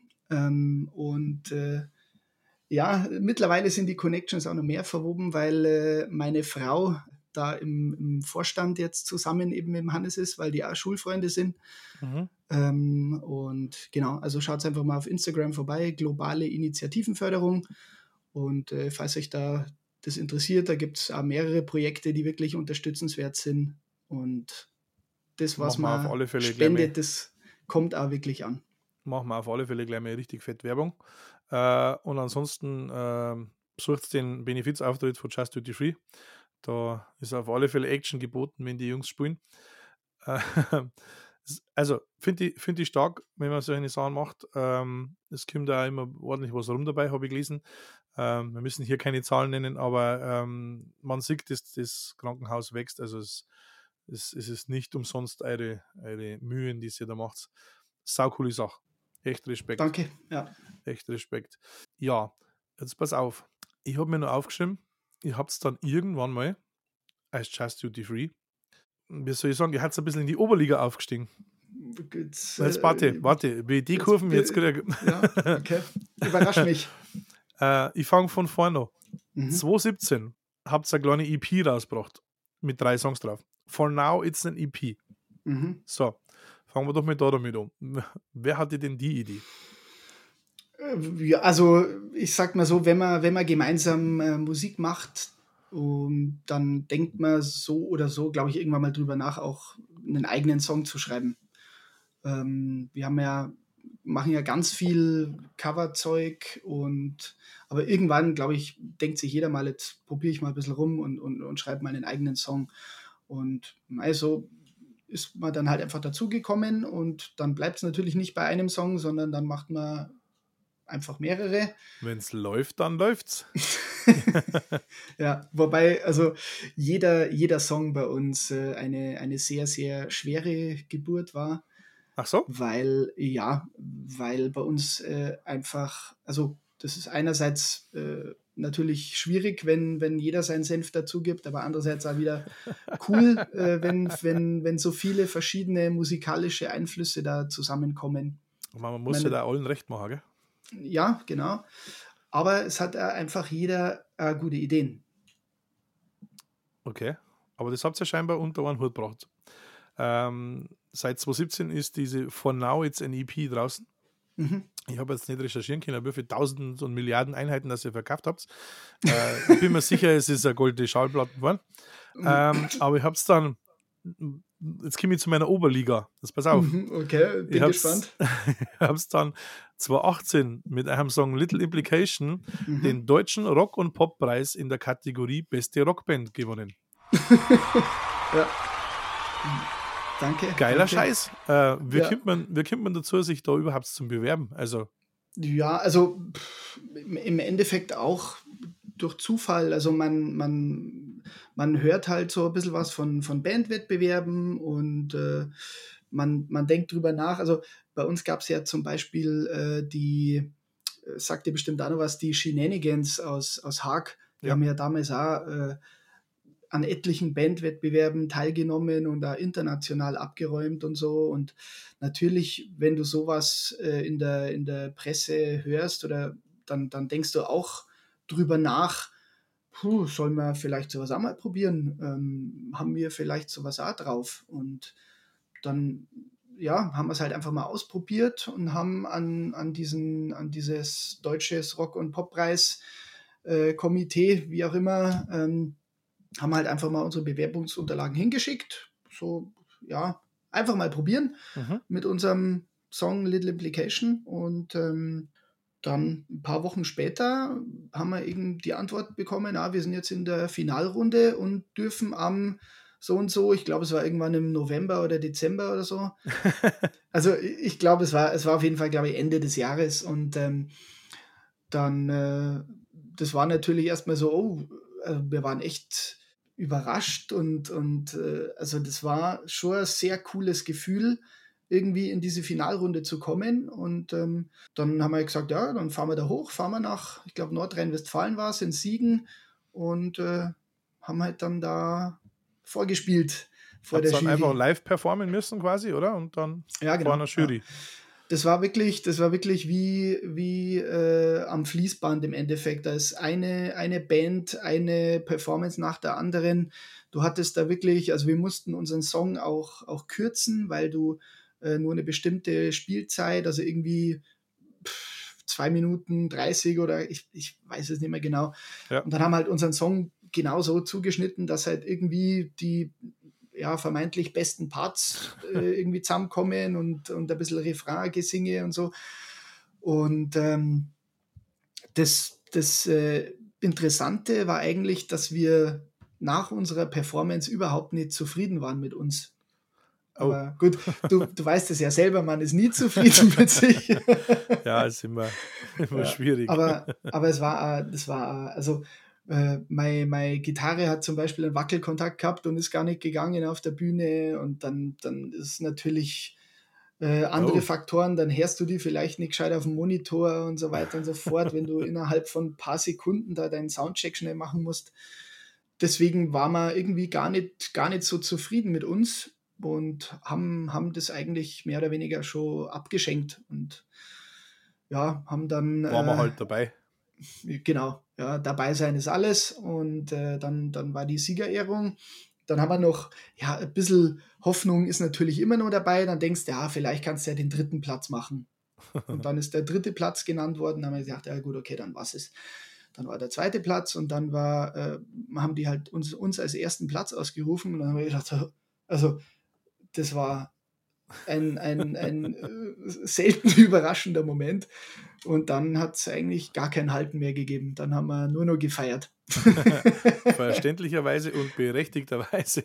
Ja, mittlerweile sind die Connections auch noch mehr verwoben, weil meine Frau da im Vorstand jetzt zusammen eben mit dem Hannes ist, weil die auch Schulfreunde sind. Mhm. Und genau, also schaut einfach mal auf Instagram vorbei, Globale Initiativenförderung. Und falls euch da das interessiert, da gibt es auch mehrere Projekte, die wirklich unterstützenswert sind. Und das, was Machen wir auf man alle Fälle gleich spendet, das kommt auch wirklich an. Machen wir auf alle Fälle gleich mal richtig fett Werbung. Und ansonsten besucht den Benefizauftritt von Just Duty Free. Da ist auf alle Fälle Action geboten, wenn die Jungs spielen. Also, find ich stark, wenn man solche Sachen macht. Es kommt da immer ordentlich was rum dabei, habe ich gelesen. Wir müssen hier keine Zahlen nennen, aber man sieht, dass das Krankenhaus wächst. Also es ist nicht umsonst eure Mühen, die ihr da macht. Saucoole Sache. Echt Respekt. Danke, ja. Echt Respekt. Ja, jetzt pass auf. Ich habe mir noch aufgeschrieben, ihr habt es dann irgendwann mal als Just Duty Free, wie soll ich sagen, ihr habt es ein bisschen in die Oberliga aufgestiegen. Jetzt warte, wie die Kurven jetzt kriege. Ja, okay. Überrasch mich. Ich fange von vorne an. 2017 Mhm. habt ihr eine kleine EP rausgebracht. Mit 3 Songs drauf. For Now It's an EP. Mhm. So, fangen wir doch mal damit an. Wer hatte denn die Idee? Ja, also ich sag mal so, wenn man gemeinsam Musik macht, dann denkt man so oder so, glaube ich, irgendwann mal drüber nach, auch einen eigenen Song zu schreiben. Wir machen ja ganz viel Coverzeug aber irgendwann, glaube ich, denkt sich jeder mal, jetzt probiere ich mal ein bisschen rum und schreibe mal einen eigenen Song. Und also ist man dann halt einfach dazugekommen und dann bleibt es natürlich nicht bei einem Song, sondern dann macht man einfach mehrere. Wenn es läuft, dann läuft's. Ja, wobei also jeder Song bei uns eine sehr, sehr schwere Geburt war. Ach so? Weil bei uns einfach, also das ist einerseits natürlich schwierig, wenn jeder seinen Senf dazu gibt, aber andererseits auch wieder cool, wenn so viele verschiedene musikalische Einflüsse da zusammenkommen. Man muss ja da allen recht machen, gell? Ja, genau. Aber es hat einfach jeder gute Ideen. Okay, aber das habt ihr scheinbar unter einen Hut gebracht. Seit 2017 ist diese For Now It's an EP draußen. Mhm. Ich habe jetzt nicht recherchieren können, wie viele Tausend und Milliarden Einheiten das ihr verkauft habt. Ich bin mir sicher, es ist eine goldene Schallplatte geworden. Aber ich habe es dann, jetzt komme ich zu meiner Oberliga. Das pass auf. Okay, bin gespannt. Ich habe es dann 2018 mit einem Song Little Implication den deutschen Rock- und Poppreis in der Kategorie Beste Rockband gewonnen. Ja. Danke. Geiler danke. Scheiß. Wie kommt man dazu, sich da überhaupt zum Bewerben? Also ja, also im Endeffekt auch durch Zufall. Also man hört halt so ein bisschen was von Bandwettbewerben und man denkt drüber nach. Also bei uns gab es ja zum Beispiel sagt ihr bestimmt auch noch was, die Shenanigans aus Haag. Die haben ja damals auch an etlichen Bandwettbewerben teilgenommen und da international abgeräumt und so. Und natürlich, wenn du sowas in der Presse hörst, dann denkst du auch drüber nach, sollen wir vielleicht sowas auch mal probieren? Haben wir vielleicht sowas auch drauf? Und dann haben wir es halt einfach mal ausprobiert und haben an dieses deutsches Rock- und Poppreis Komitee, wie auch immer, haben halt einfach mal unsere Bewerbungsunterlagen hingeschickt. So, ja, einfach mal probieren mit unserem Song Little Implication. Und dann ein paar Wochen später haben wir eben die Antwort bekommen, wir sind jetzt in der Finalrunde und dürfen am so und so, ich glaube, es war irgendwann im November oder Dezember oder so. Also ich glaube, es war auf jeden Fall, glaube ich, Ende des Jahres. Und dann, das war natürlich erstmal so, wir waren echt überrascht und also das war schon ein sehr cooles Gefühl, irgendwie in diese Finalrunde zu kommen. Und dann haben wir gesagt, ja, dann fahren wir da hoch, fahren wir nach, ich glaube, Nordrhein-Westfalen war es, in Siegen und haben halt dann da vorgespielt vor Habt der ihr dann einfach Jury. live performen müssen quasi, oder? Und dann Ja, genau. vor einer Jury. Ja. Das war wirklich wie am Fließband im Endeffekt. Da ist eine Band, eine Performance nach der anderen. Du hattest da wirklich, also wir mussten unseren Song auch kürzen, weil du nur eine bestimmte Spielzeit, also irgendwie 2 Minuten 30 oder ich weiß es nicht mehr genau. Ja. Und dann haben wir halt unseren Song genauso zugeschnitten, dass halt irgendwie die vermeintlich besten Parts irgendwie zusammenkommen und ein bisschen Refrain-Gesinge und so. Und das Interessante war eigentlich, dass wir nach unserer Performance überhaupt nicht zufrieden waren mit uns. Aber gut, du weißt es ja selber, man ist nie zufrieden mit sich. Ja, ist immer schwierig. Aber das war, also meine Gitarre hat zum Beispiel einen Wackelkontakt gehabt und ist gar nicht gegangen auf der Bühne und dann ist natürlich andere Faktoren, dann hörst du die vielleicht nicht gescheit auf dem Monitor und so weiter und so fort, wenn du innerhalb von ein paar Sekunden da deinen Soundcheck schnell machen musst. Deswegen waren wir irgendwie gar nicht so zufrieden mit uns und haben das eigentlich mehr oder weniger schon abgeschenkt und ja, haben dann Waren wir halt dabei. Genau, ja, dabei sein ist alles und dann war die Siegerehrung. Dann haben wir noch, ja, ein bisschen Hoffnung ist natürlich immer noch dabei. Dann denkst du, ja, vielleicht kannst du ja den 3. Platz machen. Und dann ist der 3. Platz genannt worden. Dann haben wir gesagt, ja gut, okay, dann was ist. Dann war der 2. Platz und dann haben die halt uns als 1. Platz ausgerufen. Und dann haben wir gedacht, also das war ein selten überraschender Moment. Und dann hat es eigentlich gar kein Halten mehr gegeben. Dann haben wir nur noch gefeiert. Verständlicherweise und berechtigterweise.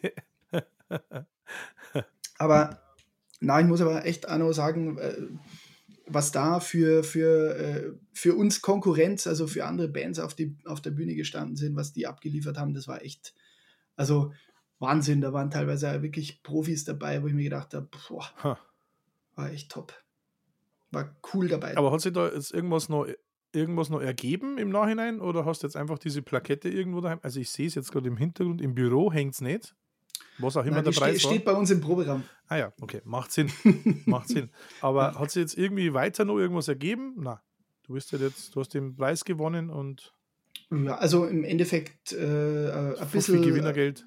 Aber ich muss aber echt auch noch sagen, was da für uns Konkurrenz, also für andere Bands auf der Bühne gestanden sind, was die abgeliefert haben, das war echt, also Wahnsinn. Da waren teilweise wirklich Profis dabei, wo ich mir gedacht habe, war echt top. War cool dabei. Aber hat sich da jetzt irgendwas noch ergeben im Nachhinein oder hast du jetzt einfach diese Plakette irgendwo daheim? Also ich sehe es jetzt gerade im Hintergrund, im Büro hängt es nicht. Was auch immer der Preis war. Steht bei uns im Proberaum. Ah ja, okay, macht Sinn. Macht Sinn. Aber hat sich jetzt irgendwie weiter noch irgendwas ergeben? Na, du hast den Preis gewonnen und ja, also im Endeffekt ein bisschen Gewinnergeld.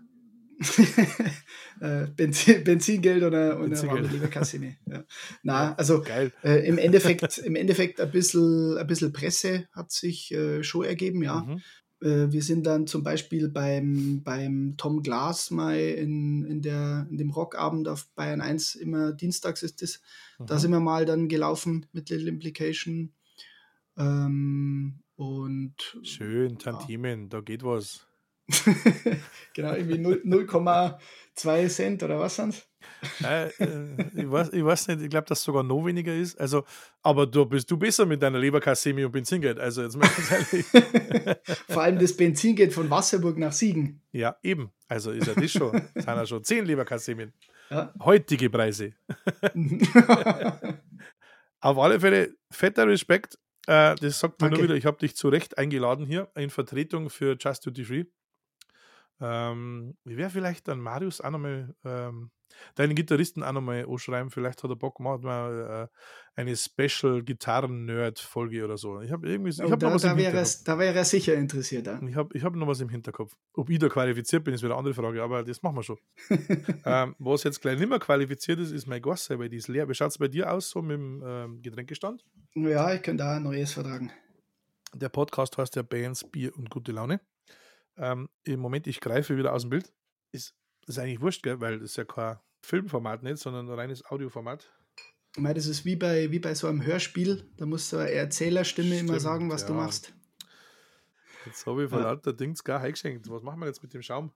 Benzingeld oder warme Leberkassine. Ja. Also im Endeffekt ein bisschen Presse hat sich schon ergeben, ja. Mhm. Wir sind dann zum Beispiel beim Tom Glas mal in dem Rockabend auf Bayern 1, immer dienstags ist das. Da sind wir mal dann gelaufen mit Little Implication. Und schön, Tantiemen, da geht was. Genau, irgendwie 0,2 Cent oder was sonst? Ich weiß nicht, ich glaube, dass es sogar noch weniger ist. Also, aber du bist besser mit deiner Leberkassemi und Benzingeld. Also jetzt mal ganz ehrlich. Vor allem das Benzingeld von Wasserburg nach Siegen. Ja, eben. Also ist ja das schon. Sind ja schon 10 Leberkassemien. Ja. Heutige Preise. Auf alle Fälle fetter Respekt. Das sagt mir nur wieder, ich habe dich zu Recht eingeladen hier in Vertretung für Just Duty Free. Ich werde vielleicht dann Marius auch nochmal, deinen Gitarristen auch nochmal anschreiben. Vielleicht hat er Bock gemacht, mal eine Special-Gitarren-Nerd-Folge oder so. Ich habe irgendwie, da wäre er sicher interessiert. Ja. Ich hab noch was im Hinterkopf. Ob ich da qualifiziert bin, ist wieder eine andere Frage, aber das machen wir schon. Was jetzt gleich nicht mehr qualifiziert ist, ist mein Glas, weil die ist leer. Wie schaut es bei dir aus, so mit dem Getränkestand? Ja, ich könnte auch ein neues vertragen. Der Podcast heißt ja Bands, Bier und gute Laune. Im Moment, ich greife wieder aus dem Bild. Ist eigentlich wurscht, gell? Weil das ist ja kein Filmformat nicht, sondern ein reines Audioformat. Ich meine, das ist wie bei so einem Hörspiel. Da musst du eine Erzählerstimme immer sagen, was du machst. Jetzt habe ich vor lauter Dings gar eingeschenkt. Was machen wir jetzt mit dem Schaum?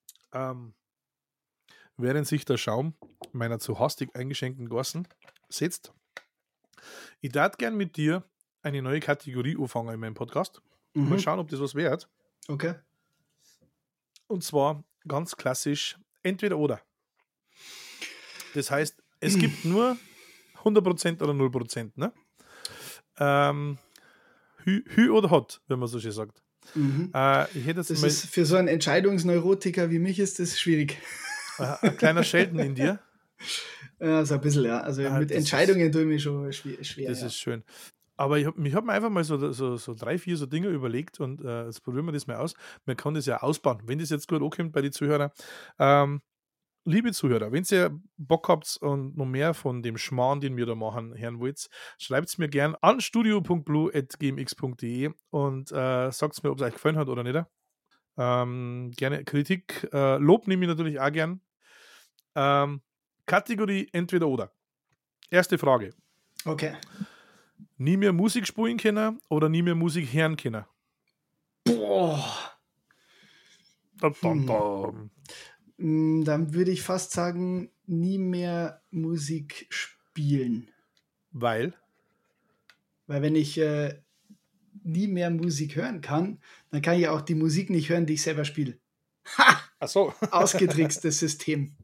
Während sich der Schaum meiner zu hastig eingeschenkten Gossen setzt, ich darf gern mit dir eine neue Kategorie anfangen in meinem Podcast. Mal schauen, ob das was wert. Okay. Und zwar ganz klassisch entweder oder. Das heißt, es gibt nur 100% oder 0%. Ne? Hü oder hot, wenn man so schön sagt. Mhm. Ich hätte jetzt Das mal ist für so einen Entscheidungsneurotiker wie mich ist das schwierig. ein kleiner Sheldon in dir. So ein bisschen, ja. Also mit Das Entscheidungen tue ich mich schon schwer. das Ja. ist schön. Aber ich hab mir einfach mal so 3, 4 so Dinge überlegt und jetzt probieren wir das mal aus. Man kann das ja ausbauen, wenn das jetzt gut ankommt bei den Zuhörern. Liebe Zuhörer, wenn ihr Bock habt und noch mehr von dem Schmarrn, den wir da machen, hören wollt, schreibt es mir gern an studio.blue@gmx.de und sagt mir, ob es euch gefallen hat oder nicht. Gerne Kritik, Lob nehme ich natürlich auch gern. Kategorie entweder oder. Erste Frage. Okay. Nie mehr Musik spielen können oder nie mehr Musik hören können? Boah. Dum, dum, dum. Dann würde ich fast sagen, nie mehr Musik spielen. Weil? Weil wenn ich nie mehr Musik hören kann, dann kann ich auch die Musik nicht hören, die ich selber spiele. Ha! Ach so. Ausgetrickstes System.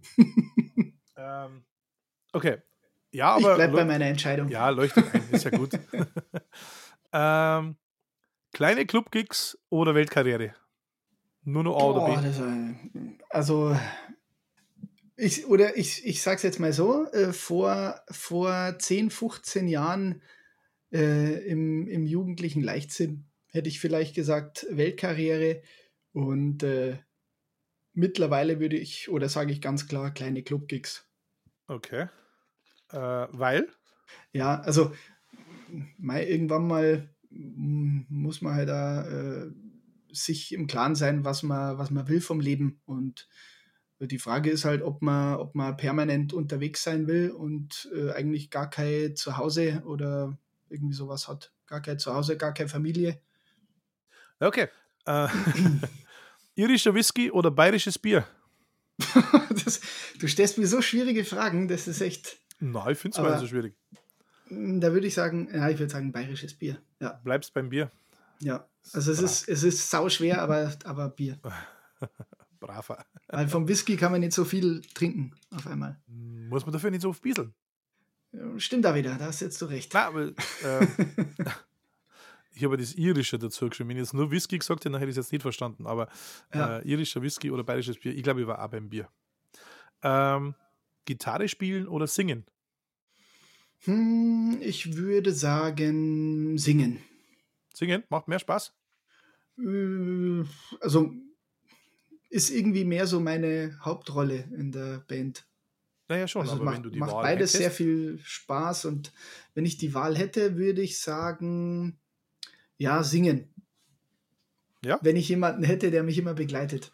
Okay. Ja, Ich aber bleibe bei meiner Entscheidung. ja, leuchtet ein, ist ja gut. Kleine Club-Gigs oder Weltkarriere? Nur noch A oder Boah, B? also ich sag's jetzt mal so, vor 10, 15 Jahren im jugendlichen Leichtsinn hätte ich vielleicht gesagt Weltkarriere und mittlerweile würde ich, oder sage ich ganz klar, kleine Clubgigs. Okay. Weil? Ja, also irgendwann mal muss man halt da sich im Klaren sein, was man will vom Leben. Und die Frage ist halt, ob man permanent unterwegs sein will und eigentlich gar kein Zuhause oder irgendwie sowas hat. Gar kein Zuhause, gar keine Familie. Okay. Irischer Whisky oder bayerisches Bier? Du stellst mir so schwierige Fragen, das ist echt. Nein, ich finde es gar nicht so schwierig. Da würde ich sagen, ja, ich würde sagen bayerisches Bier. Ja. Bleibst beim Bier. Ja. Also es ist sau schwer, aber Bier. Braver. Weil vom Whisky kann man nicht so viel trinken auf einmal. Muss man dafür nicht so oft bieseln? Stimmt da wieder, da hast jetzt du recht. Nein, aber ich habe das Irische dazu geschrieben. Wenn ich jetzt nur Whisky gesagt hätte, dann hätte ich es jetzt nicht verstanden. Aber Ja. irischer Whisky oder bayerisches Bier, ich glaube, ich war auch beim Bier. Gitarre spielen oder singen? Ich würde sagen singen. Singen macht mehr Spaß? Also ist irgendwie mehr so meine Hauptrolle in der Band. Naja, schon, Also aber wenn du die macht Wahl beides hättest. sehr viel Spaß und wenn ich die Wahl hätte, würde ich sagen, ja, singen. Ja? Wenn ich jemanden hätte, der mich immer begleitet.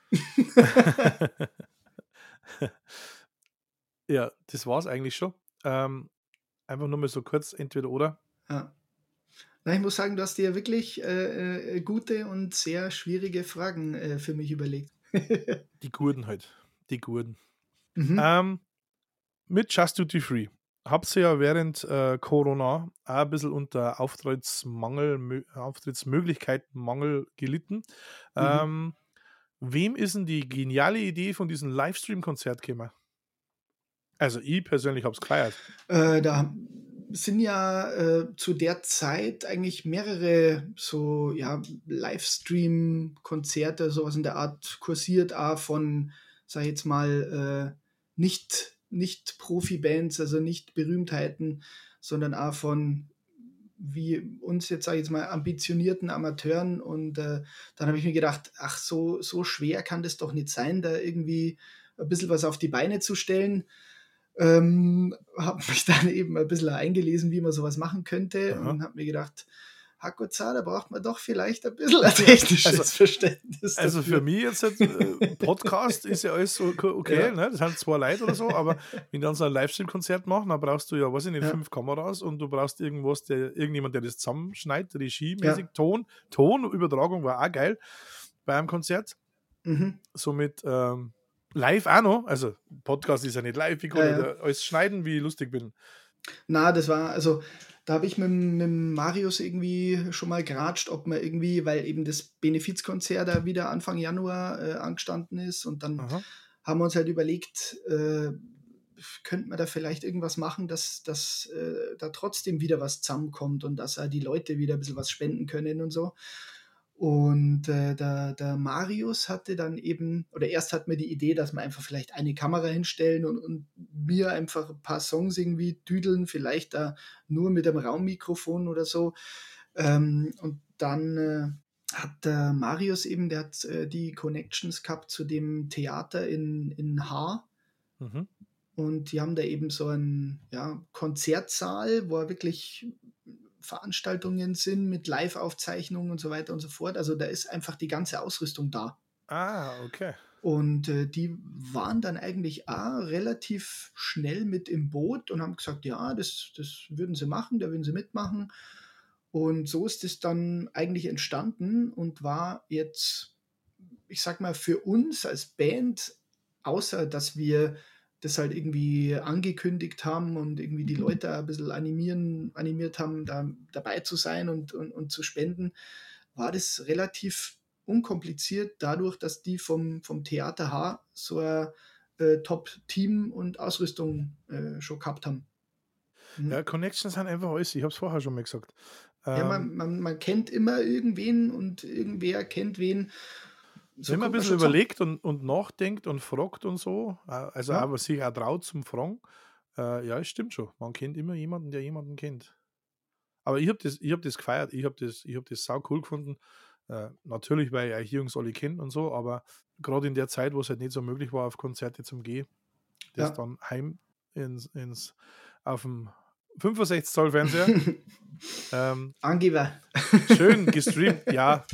Ja, das war es eigentlich schon. Einfach nur mal so kurz, entweder oder. Ja. Na, ich muss sagen, du hast dir wirklich gute und sehr schwierige Fragen für mich überlegt. Die Gurden halt. Die Gurden. Mhm. Mit Just Duty Free habt ihr ja während Corona auch ein bisschen unter Auftrittsmöglichkeitenmangel gelitten. Wem ist denn die geniale Idee von diesem Livestream-Konzert gekommen? Also ich persönlich habe es gefeiert. Da sind ja zu der Zeit eigentlich mehrere so ja, Livestream-Konzerte, sowas in der Art kursiert, auch von, sag ich jetzt mal, nicht Profi-Bands, also nicht Berühmtheiten, sondern auch von wie uns jetzt, sage ich jetzt mal, ambitionierten Amateuren. Und dann habe ich mir gedacht, ach, so schwer kann das doch nicht sein, da irgendwie ein bisschen was auf die Beine zu stellen. Habe mich dann eben ein bisschen eingelesen, wie man sowas machen könnte. Aha. Und habe mir gedacht, Hakoza, da braucht man doch vielleicht ein bisschen ein technisches Verständnis. Also dafür. für mich jetzt, Podcast ist ja alles so okay, Ja. ne? Das sind 2 Leute oder so, aber wenn du dann so ein Livestream-Konzert machen, dann brauchst du ja, weiß ich nicht, Ja. 5 Kameras und du brauchst irgendjemand, der das zusammenschneidet, regiemäßig, Ja. Tonübertragung war auch geil bei einem Konzert. Mhm. Somit live auch noch, also Podcast ist ja nicht live, wie kann ich da alles schneiden, wie ich lustig bin. Na, das war, also da habe ich mit Marius irgendwie schon mal geratscht, ob man irgendwie, weil eben das Benefizkonzert da wieder Anfang Januar angestanden ist und dann Aha. haben wir uns halt überlegt, könnte man da vielleicht irgendwas machen, dass da trotzdem wieder was zusammenkommt und dass die Leute wieder ein bisschen was spenden können und so. Und der Marius hatte dann eben, oder erst hatten wir die Idee, dass wir einfach vielleicht eine Kamera hinstellen und mir einfach ein paar Songs irgendwie düdeln, vielleicht da nur mit einem Raummikrofon oder so. Und dann hat der Marius eben, der hat die Connections gehabt zu dem Theater in Haar. Mhm. Und die haben da eben so einen Konzertsaal, wo wirklich Veranstaltungen sind mit Live-Aufzeichnungen und so weiter und so fort. Also da ist einfach die ganze Ausrüstung da. Okay. Und die waren dann eigentlich auch relativ schnell mit im Boot und haben gesagt, ja, das würden sie machen, da würden sie mitmachen. Und so ist es dann eigentlich entstanden und war jetzt, ich sag mal, für uns als Band, außer dass wir das halt irgendwie angekündigt haben und irgendwie die Leute ein bisschen animiert haben, da dabei zu sein und zu spenden, war das relativ unkompliziert, dadurch, dass die vom Theater H so ein Top-Team und Ausrüstung schon gehabt haben. Ja, Connections sind einfach alles. Ich habe es vorher schon mal gesagt. Ja, man kennt immer irgendwen und irgendwer kennt wen. So wenn man ein kommt bisschen schon überlegt und nachdenkt und fragt und so, also Ja. aber sich auch traut zum Fragen, ja, es stimmt schon. Man kennt immer jemanden, der jemanden kennt. Aber ich hab das gefeiert, ich hab das sau cool gefunden. Natürlich, weil ich euch Jungs alle kennt und so, aber gerade in der Zeit, wo es halt nicht so möglich war, auf Konzerte zum Gehen, das Ja. dann heim auf dem 65 Zoll Fernseher Angeber. schön gestreamt, ja.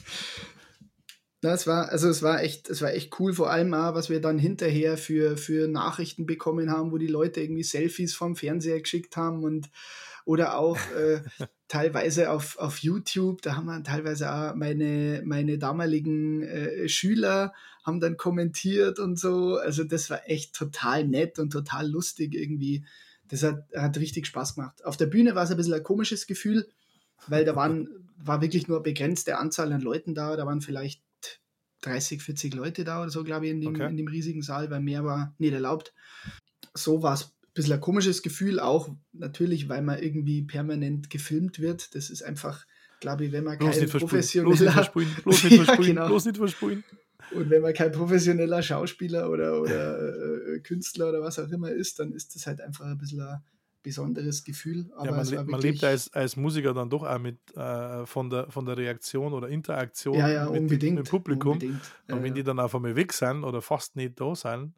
Na, es war echt cool, vor allem auch, was wir dann hinterher für Nachrichten bekommen haben, wo die Leute irgendwie Selfies vom Fernseher geschickt haben oder auch teilweise auf YouTube, da haben wir teilweise auch meine damaligen Schüler haben dann kommentiert und so. Also das war echt total nett und total lustig irgendwie. Das hat richtig Spaß gemacht. Auf der Bühne war es ein bisschen ein komisches Gefühl, weil war wirklich nur eine begrenzte Anzahl an Leuten da. Da waren vielleicht 30, 40 Leute da oder so, glaube ich, in dem riesigen Saal, weil mehr war nicht erlaubt. So war es ein bisschen ein komisches Gefühl, auch natürlich, weil man irgendwie permanent gefilmt wird. Das ist einfach, glaube ich, wenn man Bloß kein nicht professioneller bloß nicht verspulen. Und wenn man kein professioneller Schauspieler oder Künstler oder was auch immer ist, dann ist das halt einfach ein bisschen ein besonderes Gefühl. Aber ja, man lebt als Musiker dann doch auch mit von der Reaktion oder Interaktion mit dem Publikum. Unbedingt. Und wenn die dann auf einmal weg sind oder fast nicht da sind,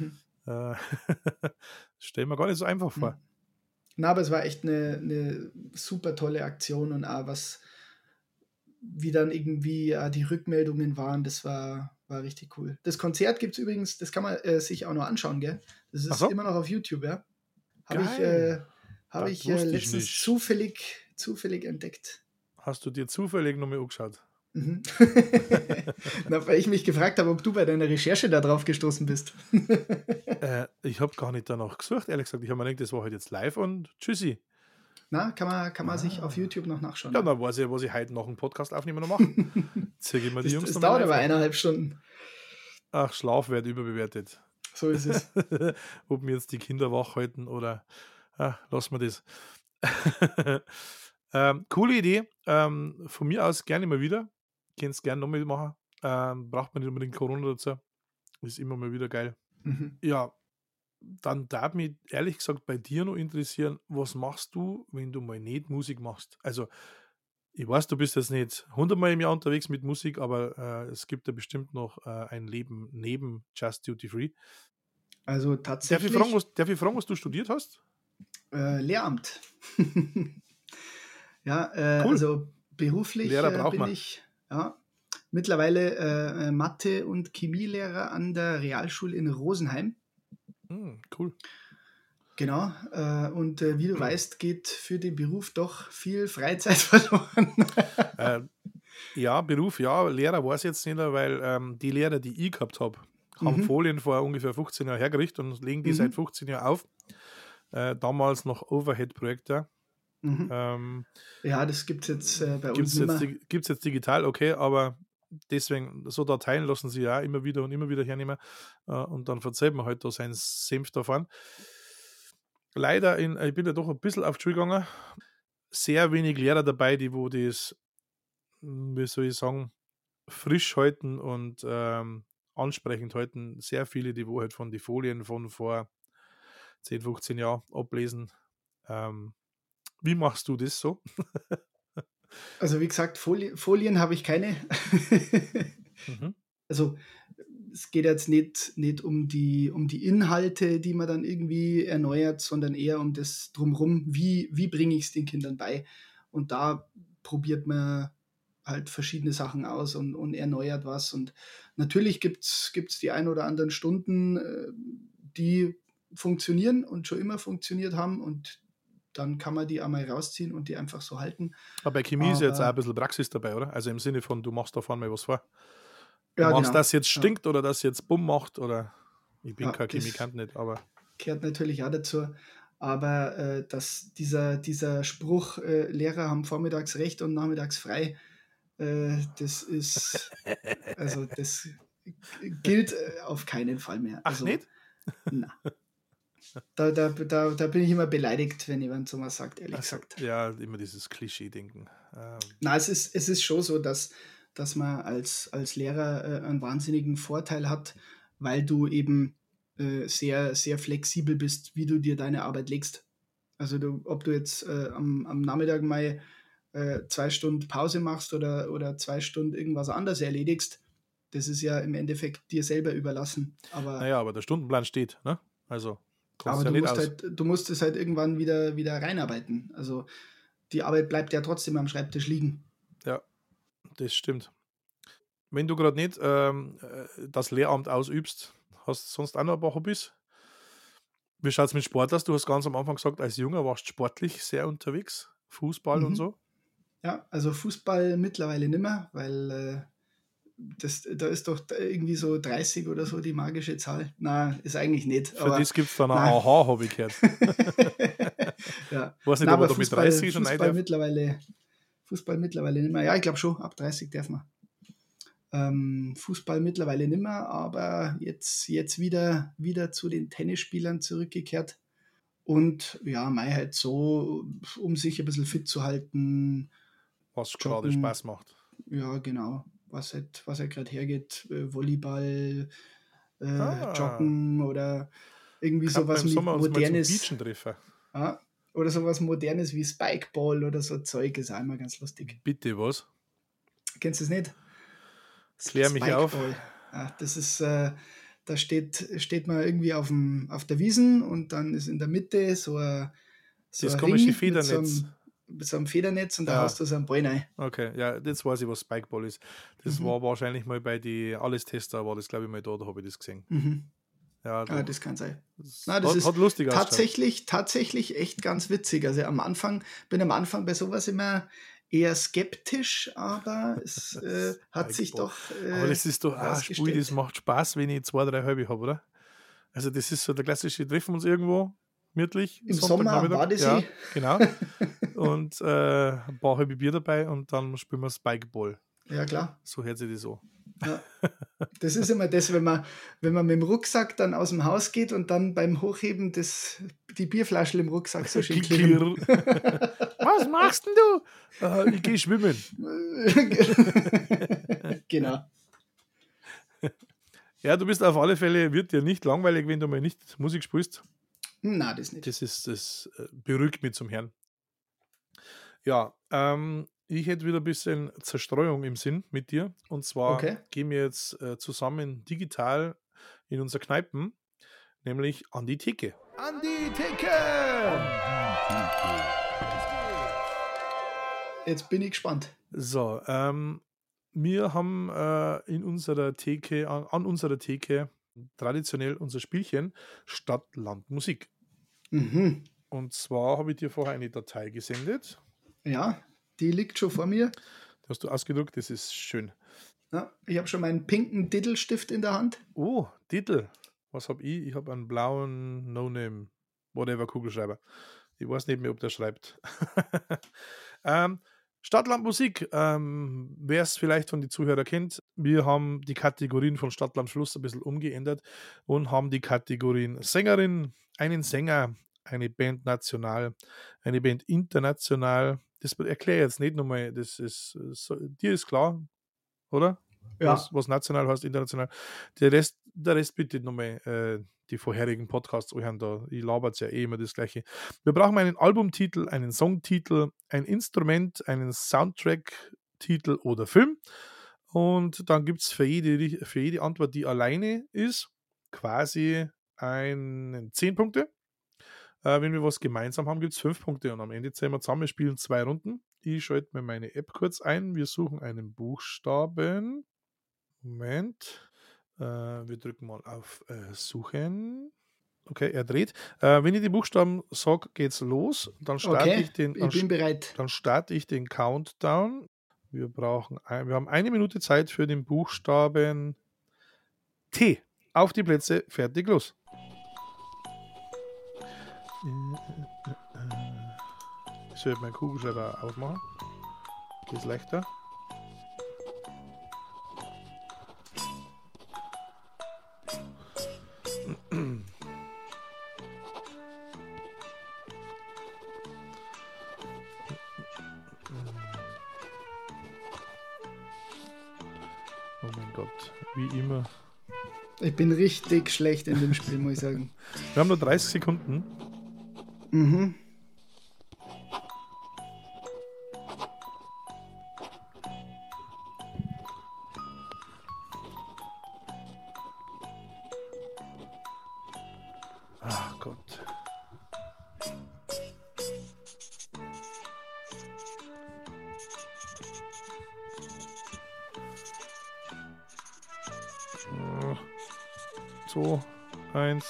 stellen wir gar nicht so einfach vor. Na, aber es war echt eine super tolle Aktion und auch wie dann irgendwie die Rückmeldungen waren, das war richtig cool. Das Konzert gibt es übrigens, das kann man sich auch noch anschauen, gell? Das ist immer noch auf YouTube, ja. Habe ich letztens zufällig entdeckt. Hast du dir zufällig nochmal angeschaut? Mhm. Na, weil ich mich gefragt habe, ob du bei deiner Recherche da drauf gestoßen bist. Ich habe gar nicht danach gesucht, ehrlich gesagt. Ich habe mir gedacht, das war halt jetzt live und tschüssi. Na, kann man sich auf YouTube noch nachschauen. Ja, dann weiß ich, was ich heute noch einen Podcast aufnehmen noch machen. Zeige ich mir die Jungs das noch dauert aber 1,5 Stunden. Ach, Schlaf wird überbewertet. So ist es. Ob mir jetzt die Kinder wach halten oder lassen wir das. Coole Idee. Von mir aus gerne mal wieder. Könnt es gerne nochmal machen. Braucht man nicht unbedingt Corona dazu. Ist immer mal wieder geil. Mhm. Ja, dann darf mich ehrlich gesagt bei dir noch interessieren, was machst du, wenn du mal nicht Musik machst? Also, ich weiß, du bist jetzt nicht 100-mal im Jahr unterwegs mit Musik, aber es gibt ja bestimmt noch ein Leben neben Just Duty Free. Also tatsächlich. Darf ich fragen, was du studiert hast? Lehramt. Ja, Cool. Also beruflich bin ich mittlerweile Mathe- und Chemielehrer an der Realschule in Rosenheim. Cool. Genau. Und wie du weißt, geht für den Beruf doch viel Freizeit verloren. Ja, Beruf, ja. Lehrer weiß ich jetzt nicht, weil die Lehrer, die ich gehabt habe, haben Folien vor ungefähr 15 Jahren hergerichtet und legen die seit 15 Jahren auf. Damals noch Overhead-Projektor. Ja, das gibt es jetzt bei uns nicht mehr. Gibt es jetzt digital, okay, aber deswegen, so Dateien lassen sie ja immer wieder hernehmen und dann verzeiht man halt da seinen Senf davon. Leider, ich bin ja doch ein bisschen auf die Schule gegangen, sehr wenig Lehrer dabei, die wo das, wie soll ich sagen, frisch halten und ansprechend halten. Sehr viele, die wo halt von die Folien von vor 10, 15 Jahren ablesen. Wie machst du das so? Also wie gesagt, Folien habe ich keine. Mhm. Also es geht jetzt nicht um die Inhalte, die man dann irgendwie erneuert, sondern eher um das Drumherum, wie bringe ich es den Kindern bei. Und da probiert man halt verschiedene Sachen aus und erneuert was. Und natürlich gibt's die ein oder anderen Stunden, die funktionieren und schon immer funktioniert haben. Und dann kann man die einmal rausziehen und die einfach so halten. Aber bei Chemie ist ja jetzt auch ein Aber bisschen Praxis dabei, oder? Also im Sinne von, du machst davon mal was vor. Du ja, machst, genau. das jetzt Ja, stinkt oder das jetzt Bumm macht oder ich bin ja, kein das Chemikant nicht, aber gehört natürlich auch dazu. Aber dass dieser Spruch, Lehrer haben vormittags recht und nachmittags frei, das ist, also das gilt auf keinen Fall mehr. ach Also, nicht? na, da bin ich immer beleidigt, wenn jemand sowas sagt, ehrlich Also, gesagt. ja, immer dieses Klischee-Denken. Na, es ist schon so, dass man als Lehrer einen wahnsinnigen Vorteil hat, weil du eben sehr, sehr flexibel bist, wie du dir deine Arbeit legst. Also ob du jetzt am Nachmittag mal 2 Stunden Pause machst oder 2 Stunden irgendwas anderes erledigst, das ist ja im Endeffekt dir selber überlassen. Naja, aber der Stundenplan steht, ne? Also, kannst Aber ja nicht aus. du musst es halt irgendwann wieder reinarbeiten. Also die Arbeit bleibt ja trotzdem am Schreibtisch liegen. Ja, das stimmt. Wenn du gerade nicht das Lehramt ausübst, hast du sonst auch noch ein paar Hobbys? Wie schaut es mit Sport aus? Du hast ganz am Anfang gesagt, als Junger warst du sportlich sehr unterwegs. Fußball und Mhm. so. Ja, also Fußball mittlerweile nimmer, weil da ist doch irgendwie so 30 oder so die magische Zahl. Na, ist eigentlich nicht, Für aber das gibt es dann ein na. Aha, habe ich gehört. Ja. Weiß nicht, Na, ob man aber da mit 30 schon rein darf. Fußball mittlerweile nicht mehr. Ja, ich glaube schon, ab 30 darf man. Fußball mittlerweile nicht mehr, aber jetzt wieder zu den Tennisspielern zurückgekehrt. Und ja, mei halt so, um sich ein bisschen fit zu halten, Was gerade joggen, Spaß macht. ja, genau, was halt gerade hergeht, Volleyball, Ah, Joggen oder irgendwie kann sowas beim Sommer uns mal zum Modernes, Beachen treffen. ja, oder sowas Modernes wie Spikeball oder so Zeug ist auch immer ganz lustig. Bitte was? Kennst du es nicht? Klär mich auf. Spikeball. Ja, das ist, da steht man irgendwie auf der Wiesen und dann ist in der Mitte so Das ein komische Ring Federnetz. mit so einem Federnetz und da Ja, haust du so einen Ball rein. okay. Ja, jetzt weiß ich, was Spikeball ist. Das Mhm. war wahrscheinlich mal bei die Alles-Tester, war das glaube ich mal da habe ich das gesehen. Mhm. Ja, Ah, doch. das kann sein. Das Na, das ist hat lustig ausgeschaut. tatsächlich echt ganz witzig. Also bin am Anfang bei sowas immer eher skeptisch, aber es hat sich Spikeball. doch Aber das ist doch ein Spiel, das rausgestellt. macht Spaß, wenn ich 2, 3 halbe habe, oder? Also das ist so der klassische, treffen uns irgendwo, gemütlich, Im Sommer am Sonntagnachmittag. Badesee. Ja, genau. Und ein paar halbe Bier dabei und dann spielen wir Spikeball. Ja, klar. So hört sich das an. Ja. Das ist immer das, wenn man mit dem Rucksack dann aus dem Haus geht und dann beim Hochheben die Bierflaschen im Rucksack so schön klirren. Was machst denn du? Ich gehe schwimmen. Genau. Ja, du bist auf alle Fälle, wird dir nicht langweilig, wenn du mal nicht Musik spielst. Na, das nicht. Das beruhigt mich zum Herrn. Ja, ich hätte wieder ein bisschen Zerstreuung im Sinn mit dir. Und zwar Okay. gehen wir jetzt zusammen digital in unsere Kneipen, nämlich an die Theke. An die Theke! Jetzt bin ich gespannt. So, wir haben an unserer Theke traditionell unser Spielchen Stadt, Land, Musik. Mhm. Und zwar habe ich dir vorher eine Datei gesendet. Ja, die liegt schon vor mir. Die hast du ausgedruckt, das ist schön. Ja, ich habe schon meinen pinken Diddelstift in der Hand. Oh, Titel. Was habe ich? Ich habe einen blauen No-Name, whatever, Kugelschreiber. Ich weiß nicht mehr, ob der schreibt. Stadtland Musik, wer es vielleicht von den Zuhörern kennt, wir haben die Kategorien von Stadtland Fluss ein bisschen umgeändert und haben die Kategorien Sängerin, einen Sänger, eine Band national, eine Band international. Das erkläre ich jetzt nicht nochmal, das ist, dir ist klar, oder? Ja. was national heißt, international. Der Rest bitte nochmal die vorherigen Podcasts anhören, da ich labert ja eh immer das Gleiche. Wir brauchen einen Albumtitel, einen Songtitel, ein Instrument, einen Soundtrack-Titel oder Film. Und dann gibt es für jede Antwort, die alleine ist, quasi 10 Punkte. Wenn wir was gemeinsam haben, gibt es 5 Punkte und am Ende zählen wir zusammen, wir spielen 2 Runden. Ich schalte mir meine App kurz ein. Wir suchen einen Buchstaben. Moment. Wir drücken mal auf Suchen. Okay, er dreht. Wenn ich die Buchstaben sage, geht's los. Dann starte Okay, ich den. ich bin bereit. Dann starte ich den Countdown. Wir haben 1 Minute Zeit für den Buchstaben T. Auf die Plätze, fertig, los. Ich soll meinen Kugelschreiber aufmachen. Geht's leichter? Oh mein Gott, wie immer. Ich bin richtig schlecht in dem Spiel, muss ich sagen. Wir haben nur 30 Sekunden. Mhm. Ach Gott. So, 1.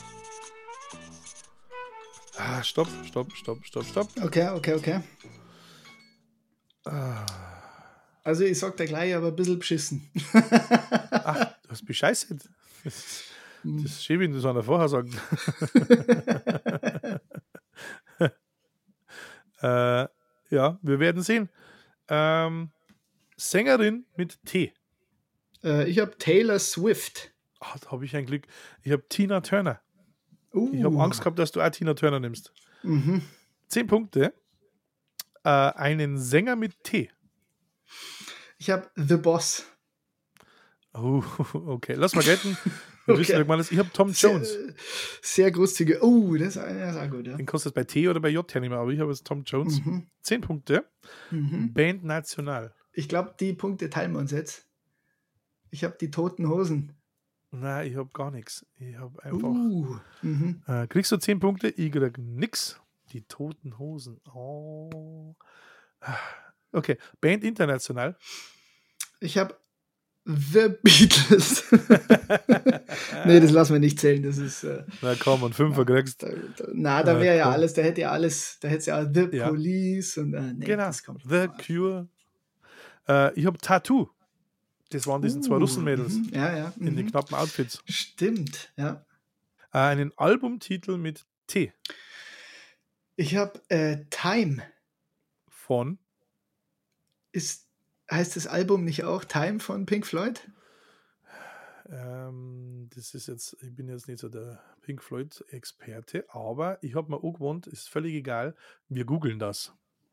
Stopp. Okay. Also ich sag dir gleich, aber ein bisschen beschissen. Ach, du hast bescheißet. Das schiebe ich, das einer vorher sagen. Ja, wir werden sehen. Sängerin mit T. Ich habe Taylor Swift. Da habe ich ein Glück. Ich habe Tina Turner. Ich habe Angst gehabt, dass du auch Tina Turner nimmst. 10 Punkte. Einen Sänger mit T. Ich habe The Boss. Oh, okay. Lass mal gelten. Wir wissen irgendwann, ich habe Tom Jones. Sehr großzügig. Oh, das ist auch gut, ja. Den kostet bei T oder bei J hernehmen, aber ich habe jetzt Tom Jones. 10 Punkte. Band National. Ich glaube, die Punkte teilen wir uns jetzt. Ich habe die Toten Hosen. Nein, ich habe gar nichts. Ich habe einfach. Kriegst du 10 Punkte? Ich krieg nix. Die Toten Hosen. Oh. Okay. Band International. Ich habe The Beatles. Nee, das lassen wir nicht zählen. Das ist. Na komm, und 5 kriegst. Da wäre ja alles, da hätte ja The Ja. Police und nee, genau. das kommt The Cure. Ich habe Tattoo. Das waren diese 2 Russenmädels Ja. in den knappen Outfits. Stimmt, ja. Einen Albumtitel mit T. Ich habe Time. Von? Heißt das Album nicht auch Time von Pink Floyd? Das ist jetzt, ich bin jetzt nicht so der Pink Floyd-Experte, aber ich habe mir auch gewohnt, ist völlig egal, wir googeln das.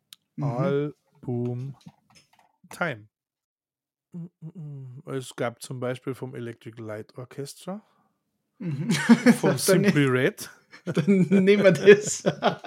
Album Time. Es gab zum Beispiel vom Electric Light Orchestra, von Simply Red. Dann nehmen wir das.